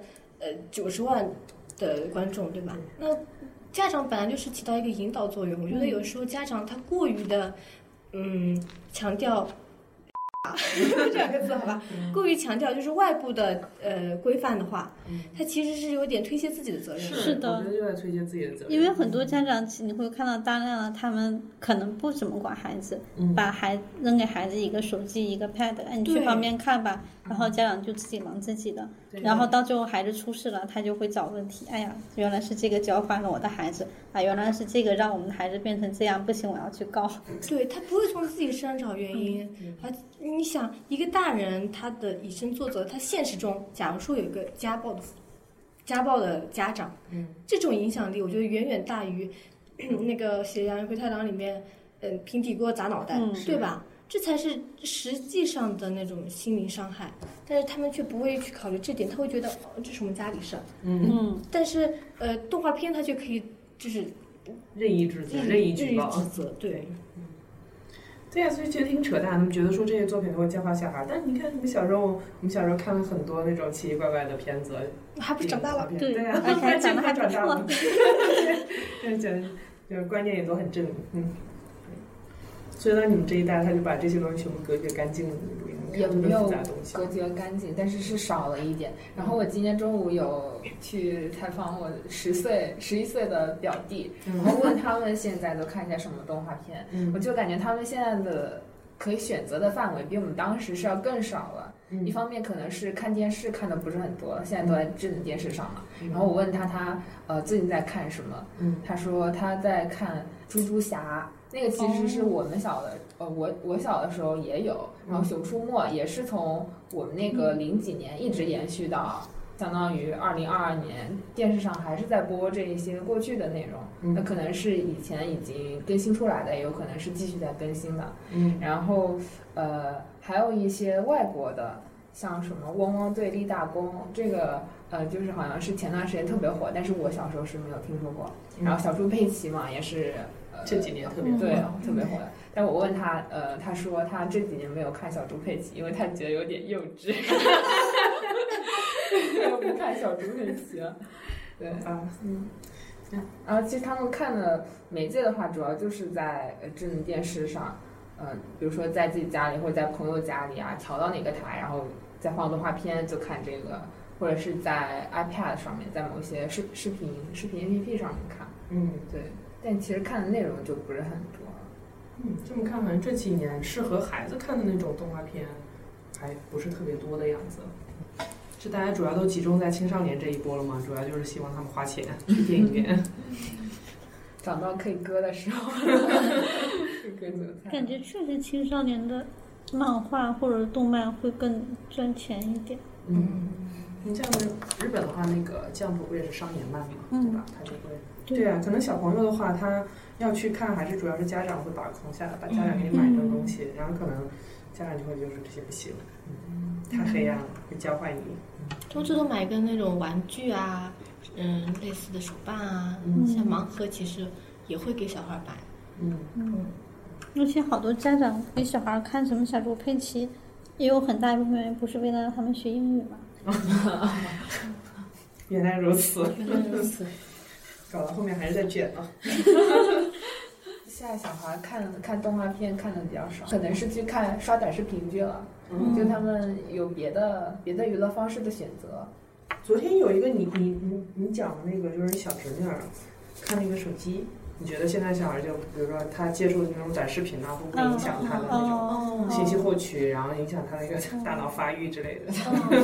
90万的观众，对吧？那家长本来就是起到一个引导作用，我觉得有时候家长他过于的强调这2个字好吧，过于强调就是外部的规范的话，他其实是有点推卸自己的责任。 是的， 我觉得就在推卸自己的责任。 因为很多家长你会看到大量的他们可能不怎么管孩子，把扔给孩子一个手机一个 pad， 你去旁边看吧，然后家长就自己忙自己的，然后到最后孩子出事了，他就会找问题。哎呀，原来是这个教坏了我的孩子啊，原来是这个让我们的孩子变成这样，不行，我要去告。对， 他不会从自己身上找原因。你想，一个大人他的以身作则，他现实中假如说有一个家暴的家长，这种影响力我觉得远远大于那个《喜羊羊灰太狼》里面平底锅砸脑袋，对吧？这才是实际上的那种心灵伤害，但是他们却不会去考虑这点，他会觉得这是我们家里事儿，但是动画片它就可以就是任意指责、任意举报、 对。 对呀，所以觉得挺扯淡。他们觉得说这些作品都会教化小孩，但是你看，我们小时候看了很多那种奇奇怪怪的片子， 还不是长大了？ 对呀， 还长得还不错。 对，就是观念也都很正。 所以到你们这一代，他就把这些东西全部隔绝干净了， 也没有隔绝干净，但是是少了一点。然后我今天中午有去采访我11岁的表弟，然后问他们现在都看些什么动画片，我就感觉他们现在的可以选择的范围比我们当时是要更少了。一方面可能是看电视看的不是很多，现在都在智能电视上嘛。然后我问他最近在看什么，他说他在看猪猪侠。那个其实是我们小的，我小的时候也有，然后《熊出没》也是从我们那个00几年一直延续到，相当于2022年电视上还是在播这一些过去的内容，那可能是以前已经更新出来的，也有可能是继续在更新的。然后还有一些外国的，像什么《汪汪队立大功》，这个就是好像是前段时间特别火，但是我小时候是没有听说过。然后小猪佩奇嘛，也是。 这几年特别火， 对，特别火。但我问他，他说他这几年没有看小猪佩奇，因为他觉得有点幼稚，又不看小猪佩奇了。对啊，然后其实他们看的媒介的话，主要就是在智能电视上，比如说在自己家里或者在朋友家里啊，调到哪个台，然后再放动画片就看这个，或者是在 iPad 上面，在某一些视频 APP 上面看。对。但其实看的内容就不是很多。 这么看，好像这几年适合孩子看的那种动画片，还不是特别多的样子。是大家主要都集中在青少年这一波了吗？主要就是希望他们花钱去电影院， 长到可以割的时候， 感觉确实青少年的漫画或者动漫会更赚钱一点。 你像日本的话，那个Jump不也是少年漫嘛，对吧？他就会。对啊，可能小朋友的话，他要去看，还是主要是家长会把控下来，把家长给你买这种东西，然后可能家长就会就是这些不行，太黑暗了，会教坏你。 都最多买个那种玩具啊，类似的手办啊，像盲盒其实也会给小孩买。 而且好多家长给小孩看什么小猪佩奇，也有很大一部分原因不是为了让他们学英语嘛。 原来如此。搞到后面还是在卷呢。 现在小孩看动画片看的比较少，可能是去刷短视频去了，就他们有别的娱乐方式的选择。 昨天有一个你讲的那个就是小侄女看那个手机，你觉得现在小孩就比如说他接触的那种短视频啊，会不会影响他的那种信息获取，然后影响他那个大脑发育之类的？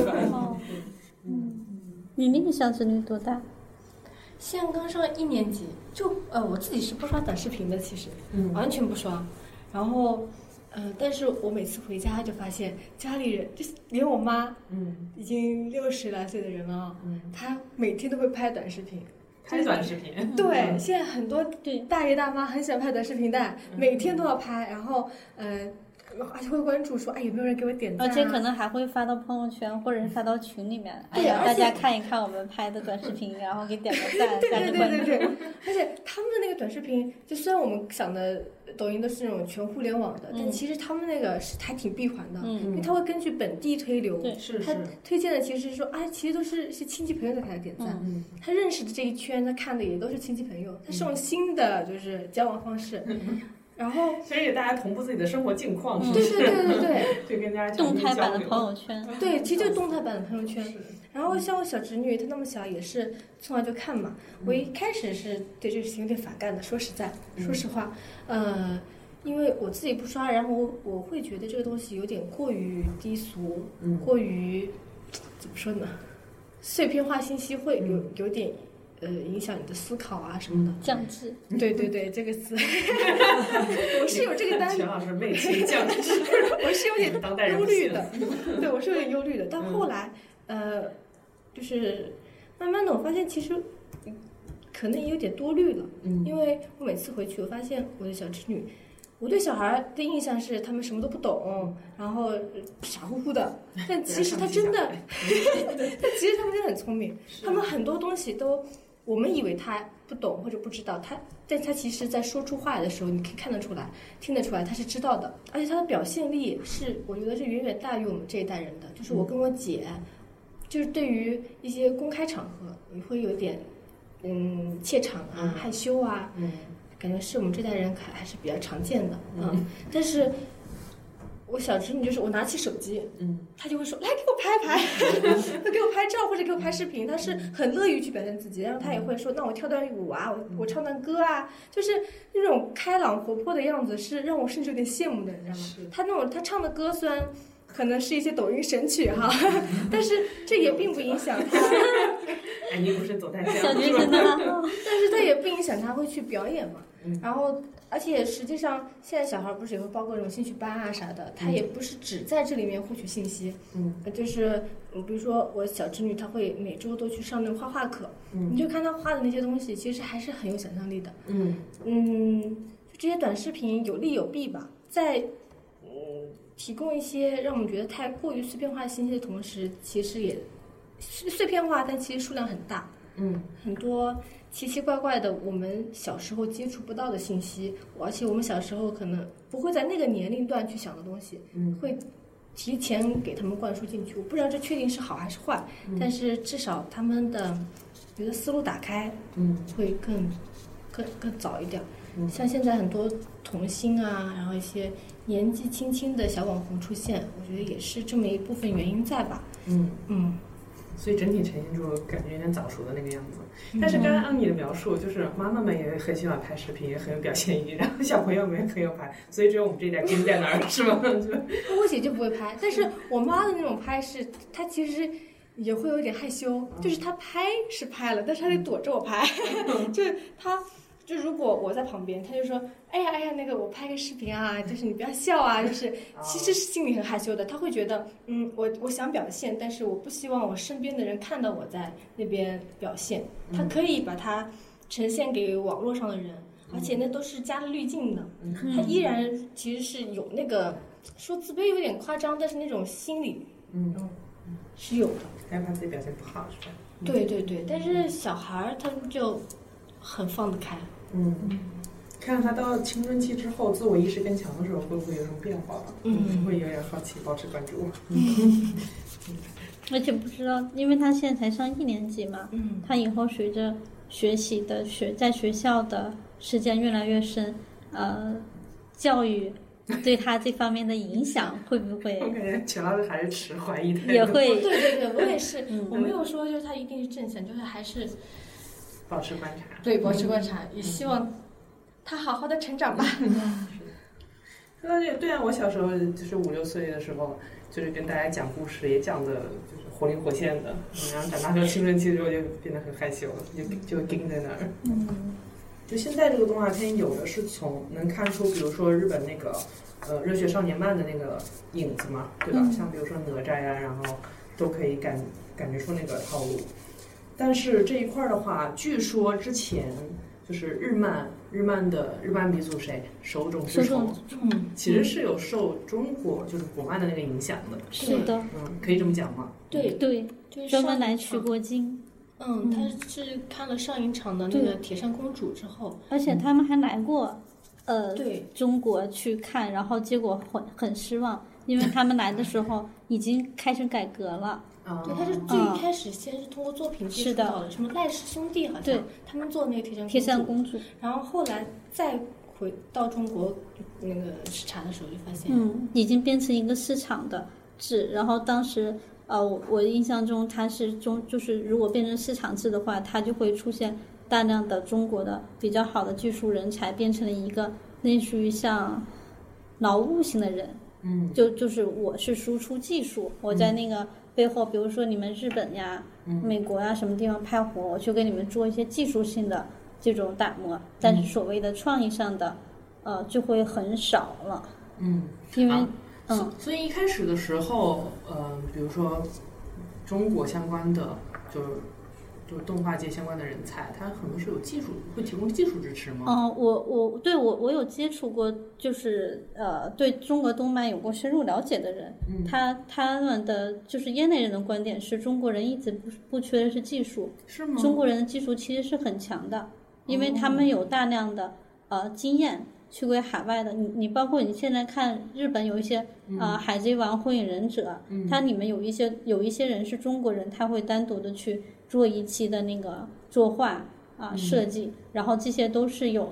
你那个小侄女多大？ 现在刚上1年级，就我自己是不刷短视频的，其实完全不刷。然后但是我每次回家就发现家里人，就连我妈，已经60来岁的人了，她每天都会拍短视频。 拍短视频？ 对，现在很多大爷大妈很喜欢拍短视频的，每天都要拍，然后而且会关注说，有没有人给我点赞， 而且可能还会发到朋友圈或者是发到群里面，让大家看一看我们拍的短视频，然后给点个赞。 对，而且他们的那个短视频，就虽然我们想的抖音都是那种全互联网的，但其实他们那个是还挺闭环的，因为他会根据本地推流，他推荐的其实是说其实都是亲戚朋友在给他点赞，他认识的这一圈他看的也都是亲戚朋友，他是用新的就是交往方式。然后， 所以大家同步自己的生活近况， 对， 就跟大家动态版的朋友圈， 对，其实就是动态版的朋友圈。然后像我小侄女，她那么小，也是从小就看嘛。我一开始是对这个事情有点反感的，说实话，因为我自己不刷，然后我会觉得这个东西有点过于低俗，过于怎么说呢？碎片化信息会有点。影响你的思考啊什么的， 降智。 对，这个词，我是有这个钱老师媚情降智， 我是有点忧虑的。对，我是有点忧虑的。但后来，就是慢慢的，我发现其实可能也有点多虑了。因为我每次回去，我发现我的小侄女，我对小孩的印象是他们什么都不懂，然后傻乎乎的。但其实他真的，但其实他们真的很聪明，他们很多东西都。我们以为他不懂或者不知道，但他其实在说出话来的时候，你可以看得出来、听得出来，他是知道的，而且他的表现力是，我觉得是远远大于我们这一代人的。就是我跟我姐，就是对于一些公开场合，你会有点怯场啊、害羞啊， 感觉是我们这代人还是比较常见的。但是我小侄女就是我拿起手机，她就会说来给我拍拍，她给我拍照或者给我拍视频，她是很乐于去表现自己，然后她也会说那我跳段舞啊，我唱段歌啊，就是那种开朗活泼的样子是让我甚至有点羡慕的，你知道吗？她唱的歌虽然可能是一些抖音神曲哈，但是这也并不影响她。 哎，你不是走太像， 小女生的， 但是她也不影响她会去表演嘛。然后，而且实际上现在小孩不是也会包括这种兴趣班啊啥的，他也不是只在这里面获取信息。就是比如说我小侄女，她会每周都去上那种画画课。你就看她画的那些东西，其实还是很有想象力的。就这些短视频有利有弊吧，在提供一些让我们觉得太过于碎片化信息的同时，其实也碎片化，但其实数量很大。很多奇奇怪怪的我们小时候接触不到的信息，而且我们小时候可能不会在那个年龄段去想的东西，会提前给他们灌输进去。我不知道这确定是好还是坏，但是至少他们的觉得思路打开，会更早一点。像现在很多童星啊，然后一些年纪轻轻的小网红出现，我觉得也是这么一部分原因在吧。 所以整体呈现出感觉有点早熟的那个样子。但是刚刚按你的描述，就是妈妈们也很喜欢拍视频，也很有表现欲，然后小朋友们也很有拍，所以只有我们这一代跟在那儿，是吗？ 我姐就不会拍，但是我妈的那种拍是，她其实也会有点害羞，就是她拍是拍了，但是她得躲着我拍，就是她。就如果我在旁边，他就说：“哎呀，那个我拍个视频啊，就是你不要笑啊。”就是其实是心里很害羞的，他会觉得，我想表现，但是我不希望我身边的人看到我在那边表现。他可以把它呈现给网络上的人，而且那都是加了滤镜的，他依然其实是有那个说自卑有点夸张，但是那种心理，是有的。 害怕自己表现不好，是吧？ 对，但是小孩他们就很放得开。 看他到青春期之后，自我意识更强的时候，会不会有什么变化吧？会有点好奇，保持关注。 而且不知道，因为他现在才上1年级嘛，他以后随着学习的在学校的时间越来越深，教育对他这方面的影响会不会？ 我感觉钱老师还是持怀疑态度。 也会。 对，我也是，我没有说就是他一定是正向，就是还是。 保持观察， 对，保持观察，也希望他好好的成长吧。 说到这个，对啊，我小时候就是5、6岁的时候，就是跟大家讲故事，也讲的就是活灵活现的。然后长大之后青春期之后就变得很害羞了，就盯在那儿。就现在这个动画片有的是从能看出，比如说日本那个热血少年漫的那个影子嘛，对吧？像比如说哪吒呀，然后都可以感觉出那个套路。但是这一块的话，据说之前就是日漫鼻祖谁手冢治虫，其实是有受中国就是国漫的那个影响的。 是的， 可以这么讲吗？ 对， 就是专门来取过经。 他是看了上一场的那个铁扇公主之后， 而且他们还来过对中国去看，然后结果很失望，因为他们来的时候已经开始改革了。 对，他是最一开始先是通过作品接触到的，什么赖氏兄弟好像他们做那个铁扇公主，然后后来再回到中国那个视察的时候就发现， 已经变成一个市场的制。然后当时我印象中它是就是如果变成市场制的话，它就会出现大量的中国的比较好的技术人才，变成了一个类似于像劳务型的人。就是我是输出技术，我在那个背后，比如说你们日本呀、美国呀什么地方拍活，我去给你们做一些技术性的这种打磨，但是所谓的创意上的，就会很少了。因为所以一开始的时候，比如说中国相关的就是动画界相关的人才，他很多是有技术，会提供技术支持吗？ 我有接触过，就是对中国动漫有过深入了解的人，他们的就是业内人的观点是，中国人一直不缺的是技术， 是吗？ 中国人的技术其实是很强的，因为他们有大量的经验去给海外的。你包括你现在看日本有一些海贼王、火影忍者，它里面有一些人是中国人，他会单独的去做一期的那个作画设计，然后这些都是有的。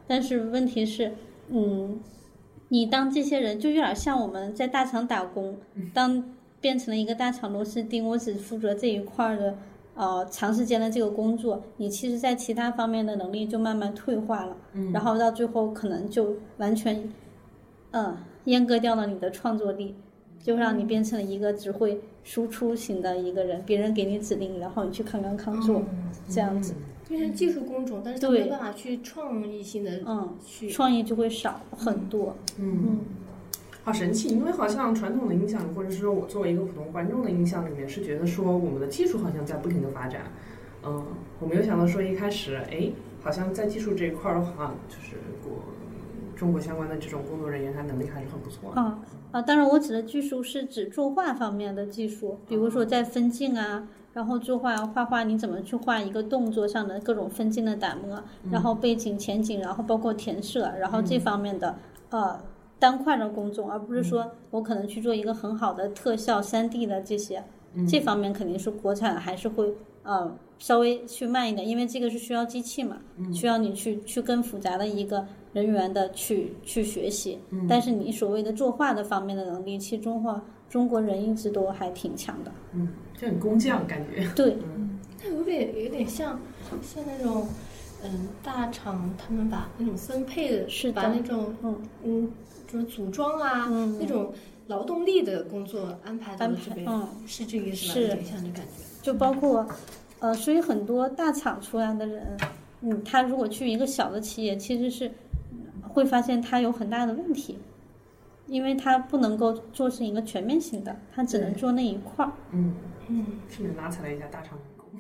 但是问题是，你当这些人就有点像我们在大厂打工，当变成了一个大厂螺丝钉，我只负责这一块的长时间的这个工作，你其实在其他方面的能力就慢慢退化了，然后到最后可能就完全阉割掉了你的创作力，就让你变成了一个只会输出型的一个人，别人给你指令，然后你去康做，这样子。 变成技术工种，但是他没办法去创意性的去， 创意就会少很多。 好神奇，因为好像传统的印象，或者是说我作为一个普通观众的印象里面，是觉得说我们的技术好像在不停的发展。我没有想到说一开始，好像在技术这一块的话，就是中国相关的这种工作人员，他能力还是很不错的。 当然我指的技术是指作画方面的技术，比如说在分镜啊。然后作画你怎么去画一个动作上的各种分镜的打磨，然后背景前景，然后包括填色，然后这方面的单块的工作，而不是说我可能去做一个很好的特效 3D 的这些，这方面肯定是国产还是会稍微去慢一点，因为这个是需要机器嘛，需要你去更复杂的一个人员的去学习，但是你所谓的作画的方面的能力，其实中国人一直都还挺强的， 就很工匠感觉。 对， 它有点像那种大厂他们把那种分配的， 是的， 把那种什么组装啊，那种劳动力的工作安排到这边，是这个意思吧？有点像的感觉。 就包括所以很多大厂出来的人，他如果去一个小的企业，其实是会发现他有很大的问题。因为他不能够做成一个全面性的，他只能做那一块。 是不是拉踩了一下大厂员工？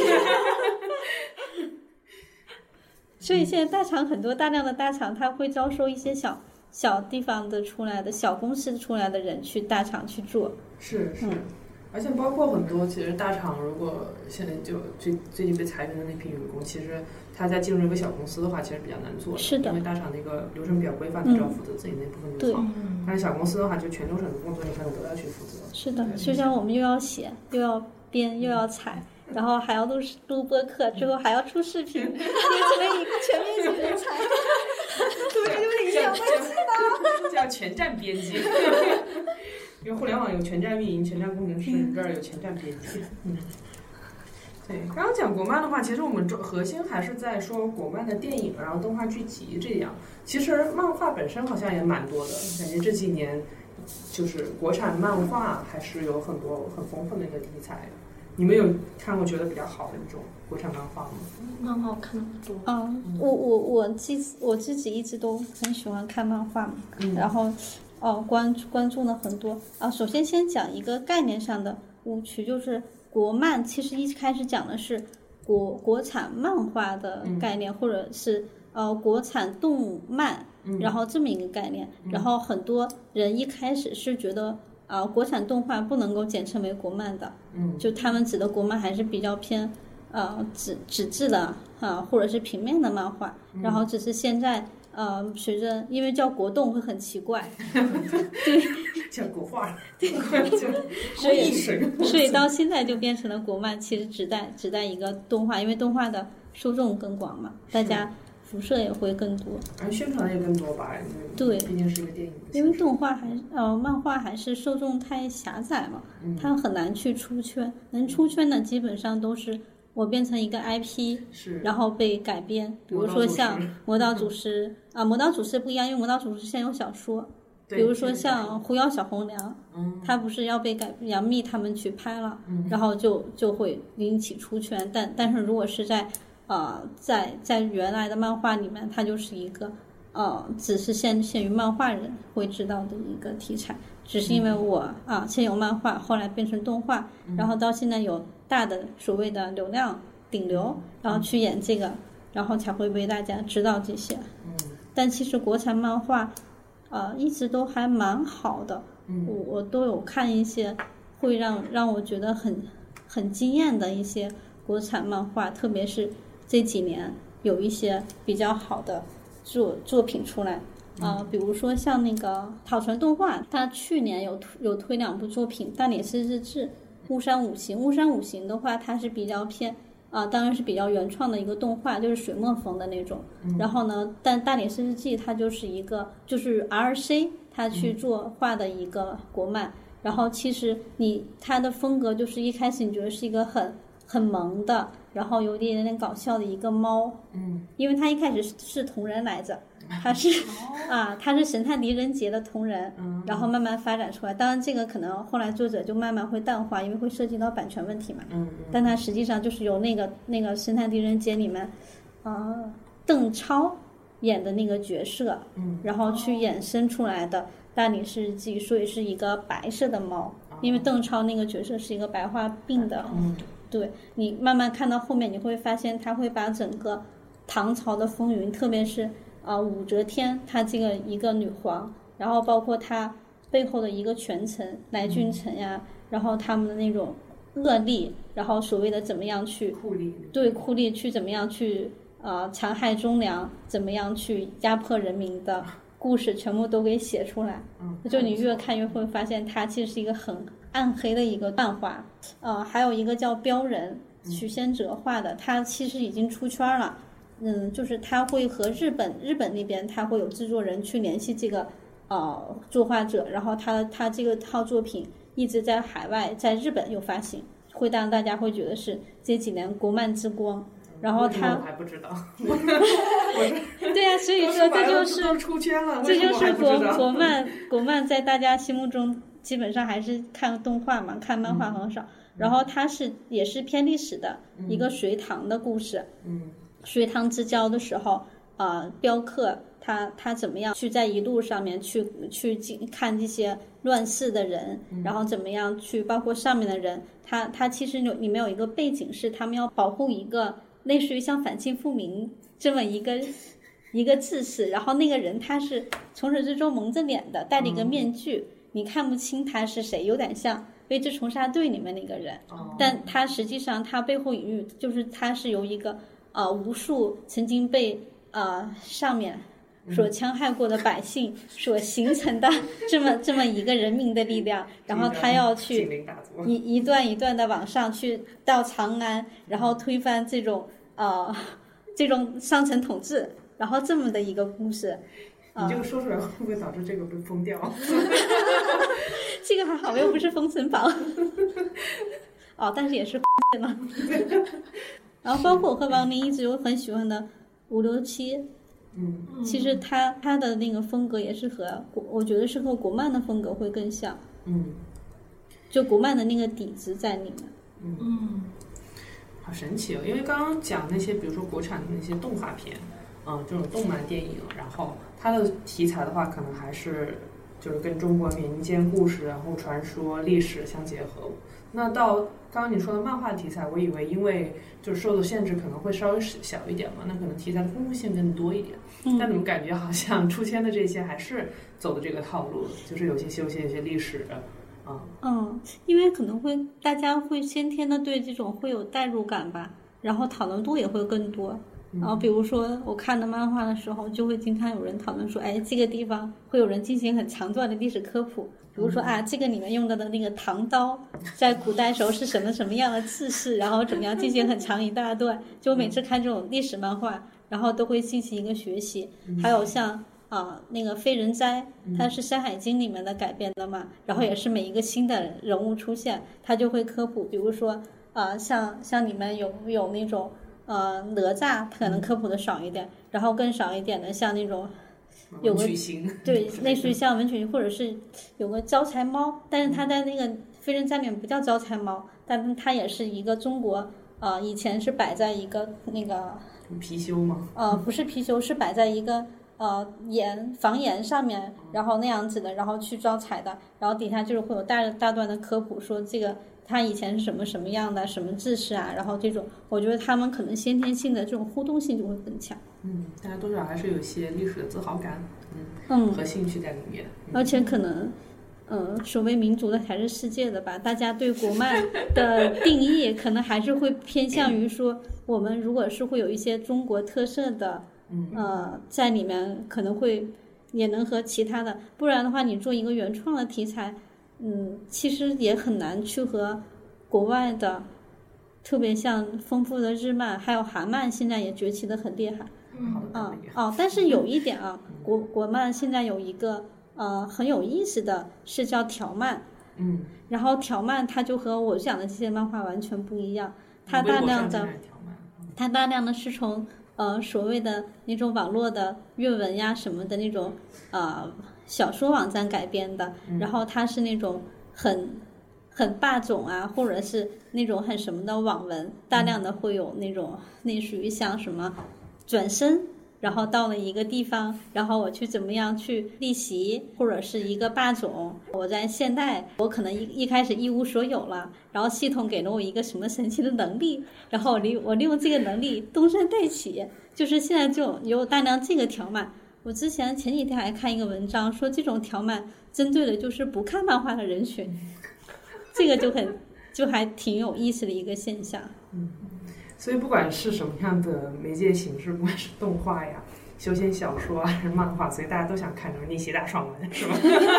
所以现在大量的大厂，他会招收一些小地方的出来的小公司出来的人去大厂去做。 是。而且包括很多，其实大厂如果现在就最近被裁员的那批员工，其实他在进入一个小公司的话，其实比较难做的。 是的， 因为大厂那个流程比较规范，他只要负责自己那部分就好。但是小公司的话，就全流程的工作你可能都要去负责。 是的，就像我们又要写，又要编，又要采，然后还要录播客，之后还要出视频，变成了一个全面性人才。 是不是有点想不起的？叫全站编辑。因为互联网有全站运营、全站工程师，这儿有全站编辑。对，刚刚讲国漫的话，其实我们核心还是在说国漫的电影，然后动画剧集这样。其实漫画本身好像也蛮多的，感觉这几年就是国产漫画还是有很多很丰富的一个题材。你们有看过觉得比较好的一种国产漫画吗？ 漫画我看的不多。 我自己一直都很喜欢看漫画嘛，然后关注了很多首先讲一个概念上的误区，就是国漫其实一开始讲的是国产漫画的概念，或者是国产动漫，然后这么一个概念，然后很多人一开始是觉得国产动画不能够简称为国漫的，就他们指的国漫还是比较偏纸质的或者是平面的漫画，然后只是现在随着因为叫国动会很奇怪，对， 叫国画， 对，所以到现在就变成了国漫，其实只带一个动画，因为动画的受众更广嘛，大家辐射也会更多， 而宣传也更多吧， 对， 毕竟是一个电影， 因为动画漫画还是受众太狭窄嘛，它很难去出圈，能出圈的基本上都是我变成一个 IP， 然后被改编，比如说像魔道祖师魔道祖师不一样，因为魔道祖师现在有小说，比如说像狐妖小红娘，他不是要被杨幂他们去拍了，然后就会引起出圈，但是如果是在原来的漫画里面，它就是一个只是限于漫画人会知道的一个题材，只是因为我先有漫画，后来变成动画，然后到现在有大的所谓的流量顶流，然后去演这个，然后才会被大家知道这些。但其实国产漫画一直都还蛮好的，我都有看一些会让我觉得很惊艳的一些国产漫画，特别是这几年有一些比较好的作品出来比如说像那个草船动画，它去年有推2部作品，但也是日志《巫山五行》。《巫山五行》的话，它是比较偏当然是比较原创的一个动画，就是水墨风的那种。然后呢，但大理寺日记它就是一个就是 RC 它去做画的一个国漫。然后其实它的风格就是一开始你觉得是一个很萌的，然后有一点点搞笑的一个猫。因为它一开始是同人来着。他是他是神探狄仁杰的同人，然后慢慢发展出来。当然，这个可能后来作者就慢慢会淡化，因为会涉及到版权问题嘛。但他实际上就是由那个神探狄仁杰里面，邓超演的那个角色，然后去衍生出来的大理寺日记，所以是一个白色的猫，因为邓超那个角色是一个白化病的。对，你慢慢看到后面，你会发现他会把整个唐朝的风云，特别是武则天她这个一个女皇，然后包括她背后的一个权臣来俊臣呀，然后他们的那种恶力，然后所谓的怎么样去酷吏去怎么样去残害忠良，怎么样去压迫人民的故事全部都给写出来。就你越看越会发现它其实是一个很暗黑的一个漫画。还有一个叫标人许仙哲画的，他其实已经出圈了。就是他会和日本那边他会有制作人去联系这个作画者，然后他这个套作品一直在海外，在日本有发行，会让大家会觉得是这几年国漫之光。然后他我还不知道对呀，所以说这就是出圈了， 这就是国漫在大家心目中基本上还是看动画嘛，看漫画很少。然后它也是偏历史的一个隋唐的故事。隋唐之交的时候，镖客他怎么样去在一路上面去看这些乱世的人，然后怎么样去包括上面的人，他其实里面有一个背景是他们要保护一个类似于像反清复明这么一个志士，然后那个人他是从始至终蒙着脸的，戴了一个面具，你看不清他是谁，有点像未知仇杀队里面那个人，但他实际上他背后隐喻就是他是由一个无数曾经被上面所戕害过的百姓所形成的这么一个人民的力量，然后他要去一段一段的往上去到长安，然后推翻这种上层统治，然后这么的一个故事。 你这个说出来会不会导致这个被封掉？ 这个还好，又不是封神榜。但是也是了。然后包括我和王林一直有很喜欢的567，其实他的那个风格也是我觉得是和国漫的风格会更像，就国漫的那个底子在里面。 好神奇哦！因为刚刚讲那些，比如说国产的那些动画片，这种动漫电影，然后它的题材的话，可能还是就是跟中国民间故事，然后传说、历史相结合。那到刚刚你说的漫画题材，我以为因为就是受的限制可能会稍微小一点嘛，那可能题材的丰富性更多一点。但怎么感觉好像出圈的这些还是走的这个套路，就是有些修仙，有些历史。 因为可能大家会先天的对这种会有代入感吧，然后讨论度也会更多。然后比如说我看的漫画的时候，就会经常有人讨论说，这个地方会有人进行很长段的历史科普，比如说这个里面用到的那个唐刀在古代时候是什么样的制式，然后怎么样进行很长一大段。就我每次看这种历史漫画，然后都会进行一个学习。还有像那个飞人斋，它是《山海经》里面的改编的嘛，然后也是每一个新的人物出现，他就会科普。比如说像里面有那种哪吒，可能科普的少一点，然后更少一点的像那种有个对，类似于像文曲星，或者是有个招财猫，但是它在那个飞人斋里面不叫招财猫，但它也是一个中国以前是摆在一个那个貔貅吗？ 不是貔貅，是摆在一个房檐上面，然后那样子的，然后去招财的，然后底下就是会有大段的科普，说这个它以前是什么样的，什么制式啊，然后这种我觉得他们可能先天性的这种互动性就会更强。 大家多少还是有一些历史的自豪感，和兴趣在里面。 而且可能所谓民族的才是世界的吧，大家对国漫的定义可能还是会偏向于说，我们如果是会有一些中国特色的在里面，可能会也能和其他的，不然的话你做一个原创的题材，其实也很难去和国外的特别像丰富的日漫，还有韩漫现在也崛起的很厉害。但是有一点啊，国漫现在有一个很有意思的是叫条漫，然后条漫它就和我讲的这些漫画完全不一样，它大量的是从所谓的那种网络的阅文呀什么的那种小说网站改编的，然后它是那种很霸总啊，或者是那种很什么的网文，大量的会有那种类似于像什么转身，然后到了一个地方，然后我去怎么样去逆袭，或者是一个霸总。我在现代，我可能一开始一无所有了，然后系统给了我一个什么神奇的能力，然后我利用这个能力东山再起，就是现在就有大量这个条漫。我前几天还看一个文章说，这种条漫针对的就是不看漫画的人群，这个就还挺有意思的一个现象。 所以不管是什么样的媒介形式，不管是动画呀、修仙小说啊，还是漫画，所以大家都想看这种逆袭大爽文，是吧？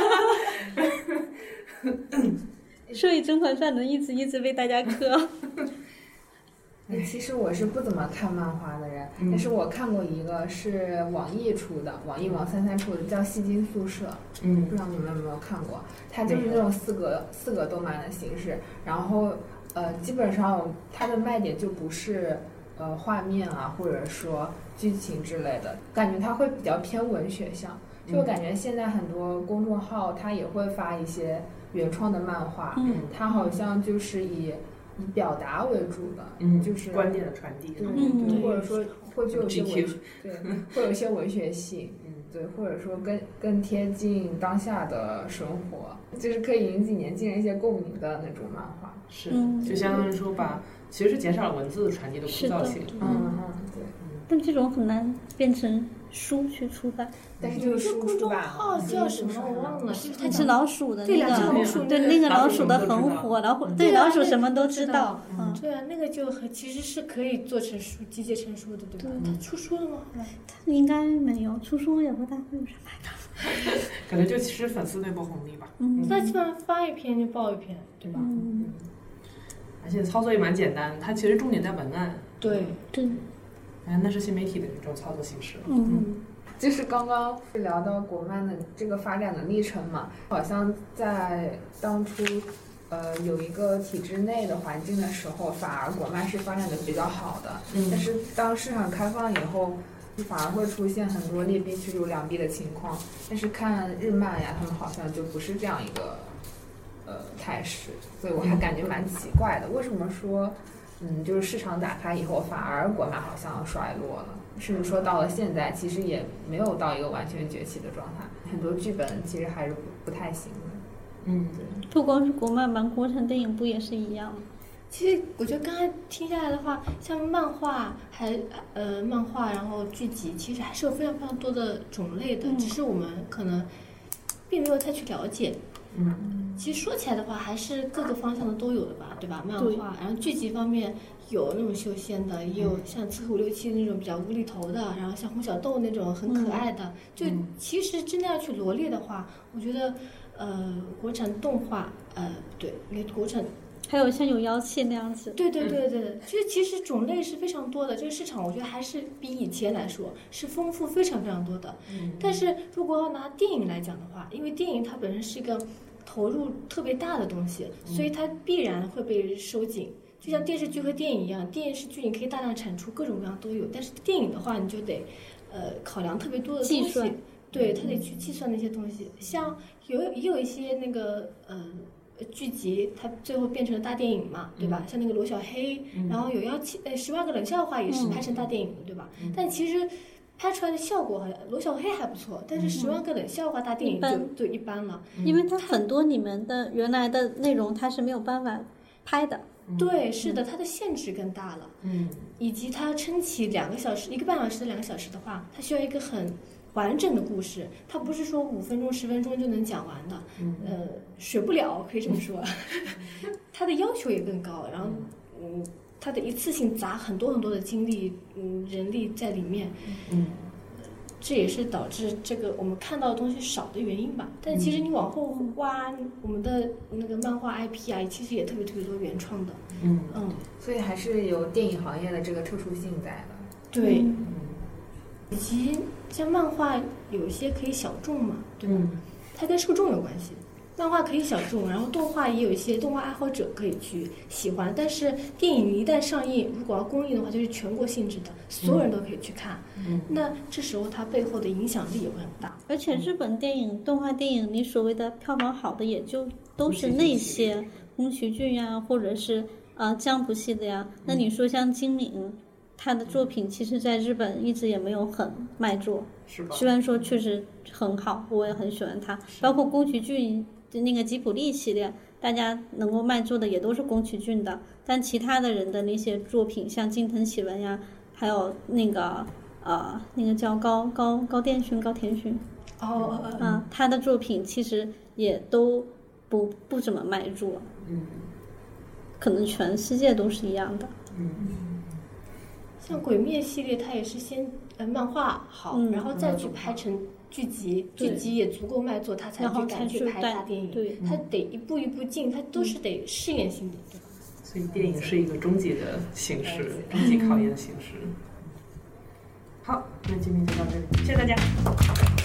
所以《甄嬛传》能一直被大家磕。 其实我是不怎么看漫画的人，但是我看过一个是网易出的，网易网33出的，叫《戏精宿舍》。不知道你们有没有看过？它就是那种四格动漫的形式，然后基本上它的卖点就不是画面啊，或者说剧情之类的，感觉它会比较偏文学向。就我感觉现在很多公众号它也会发一些原创的漫画，它好像就是以表达为主的，就是观点的传递， 对，或者说会具有一些会有一些文学性，对，或者说更贴近当下的生活，就是可以引起年轻人一些共鸣的那种漫画。 是，就相当于说其实是减少了文字的传递的枯燥性。 对。 但这种很难变成书去出版。 但是这个书公众号叫什么我忘了， 是老鼠的那个， 对那个老鼠的很火，对老鼠什么都知道。 对啊，那个就其实是可以做成书，集结成书的，对吧？他出书了吗？ 他应该没有出书，也不大会有人买的。 可能就其实粉丝对不红利吧。 那基本上发一篇就爆一篇，对吧？ 而且操作也蛮简单，它其实重点在文案。 对。 那是新媒体的一种操作形式。 就是刚刚聊到国漫的这个发展的历程嘛，好像在当初有一个体制内的环境的时候，反而国漫是发展的比较好的。但是当市场开放以后，反而会出现很多劣币驱逐良币的情况。但是看日漫呀，他们好像就不是这样一个态势，所以我还感觉蛮奇怪的。为什么说就是市场打开以后，反而国漫好像衰落了？甚至说到了现在，其实也没有到一个完全崛起的状态，很多剧本其实还是不太行的。 对。不光是国漫版，国产电影不也是一样吗？ 其实我觉得刚才听下来的话，像漫画漫画，然后剧集，其实还是有非常非常多的种类的，只是我们可能并没有太去了解。其实说起来的话，还是各个方向的都有的吧，对吧？漫画，然后剧集方面有那种修仙的，也有像刺客567那种比较无厘头的，然后像红小豆那种很可爱的。就其实真的要去罗列的话，我觉得国产动画，对，因为国产。 还有像有妖气那样子。 对，其实种类是非常多的，这个市场我觉得还是比以前来说是丰富非常非常多的。但是如果要拿电影来讲的话，因为电影它本身是一个投入特别大的东西，所以它必然会被收紧。就像电视剧和电影一样，电视剧你可以大量产出，各种各样都有，但是电影的话你就得考量特别多的东西，对，它得去计算那些东西。像也有一些那个剧集，它最后变成了大电影嘛，对吧？像那个罗小黑，然后有10万个冷笑话也是拍成大电影的，对吧？但其实拍出来的效果罗小黑还不错，但是10万个冷笑话大电影就一般了， 因为它很多你们的原来的内容它是没有办法拍的。 对，是的，它的限制更大了，以及它撑起2个小时、1个半小时的2个小时的话，它需要一个很完整的故事，它不是说5分钟、10分钟就能讲完的，学不了，可以这么说。它的要求也更高，然后它的一次性砸很多很多的精力、人力在里面， 这也是导致这个我们看到的东西少的原因吧。但其实你往后挖，我们的那个漫画 IP 啊，其实也特别多原创的。 所以还是有电影行业的这个特殊性在的。 对，以及像漫画有一些可以小众嘛，对吧？它跟受众有关系。漫画可以小众，然后动画也有一些动画爱好者可以去喜欢，但是电影一旦上映，如果要公映的话，就是全国性质的，所有人都可以去看。那这时候它背后的影响力也会很大。 而且日本电影、动画电影，你所谓的票房好的，也就都是那些宫崎骏呀，或者是江浦系的呀。那你说像金敏，他的作品其实在日本一直也没有很卖座， 是吧？ 虽然说确实很好，我也很喜欢他，包括宫崎骏那个吉卜力系列，大家能够卖座的也都是宫崎骏的，但其他的人的那些作品，像近藤喜文呀，还有那个叫高田勋，他的作品其实也都不怎么卖座，可能全世界都是一样的。 像鬼灭系列，它也是先漫画好，然后再去拍成剧集，剧集也足够卖座，他才去敢去拍大电影。 对， 他得一步一步进，他都是得试验性的，对吧？ 所以电影是一个终极的形式，终极考验的形式。好，那今天就到这里，谢谢大家。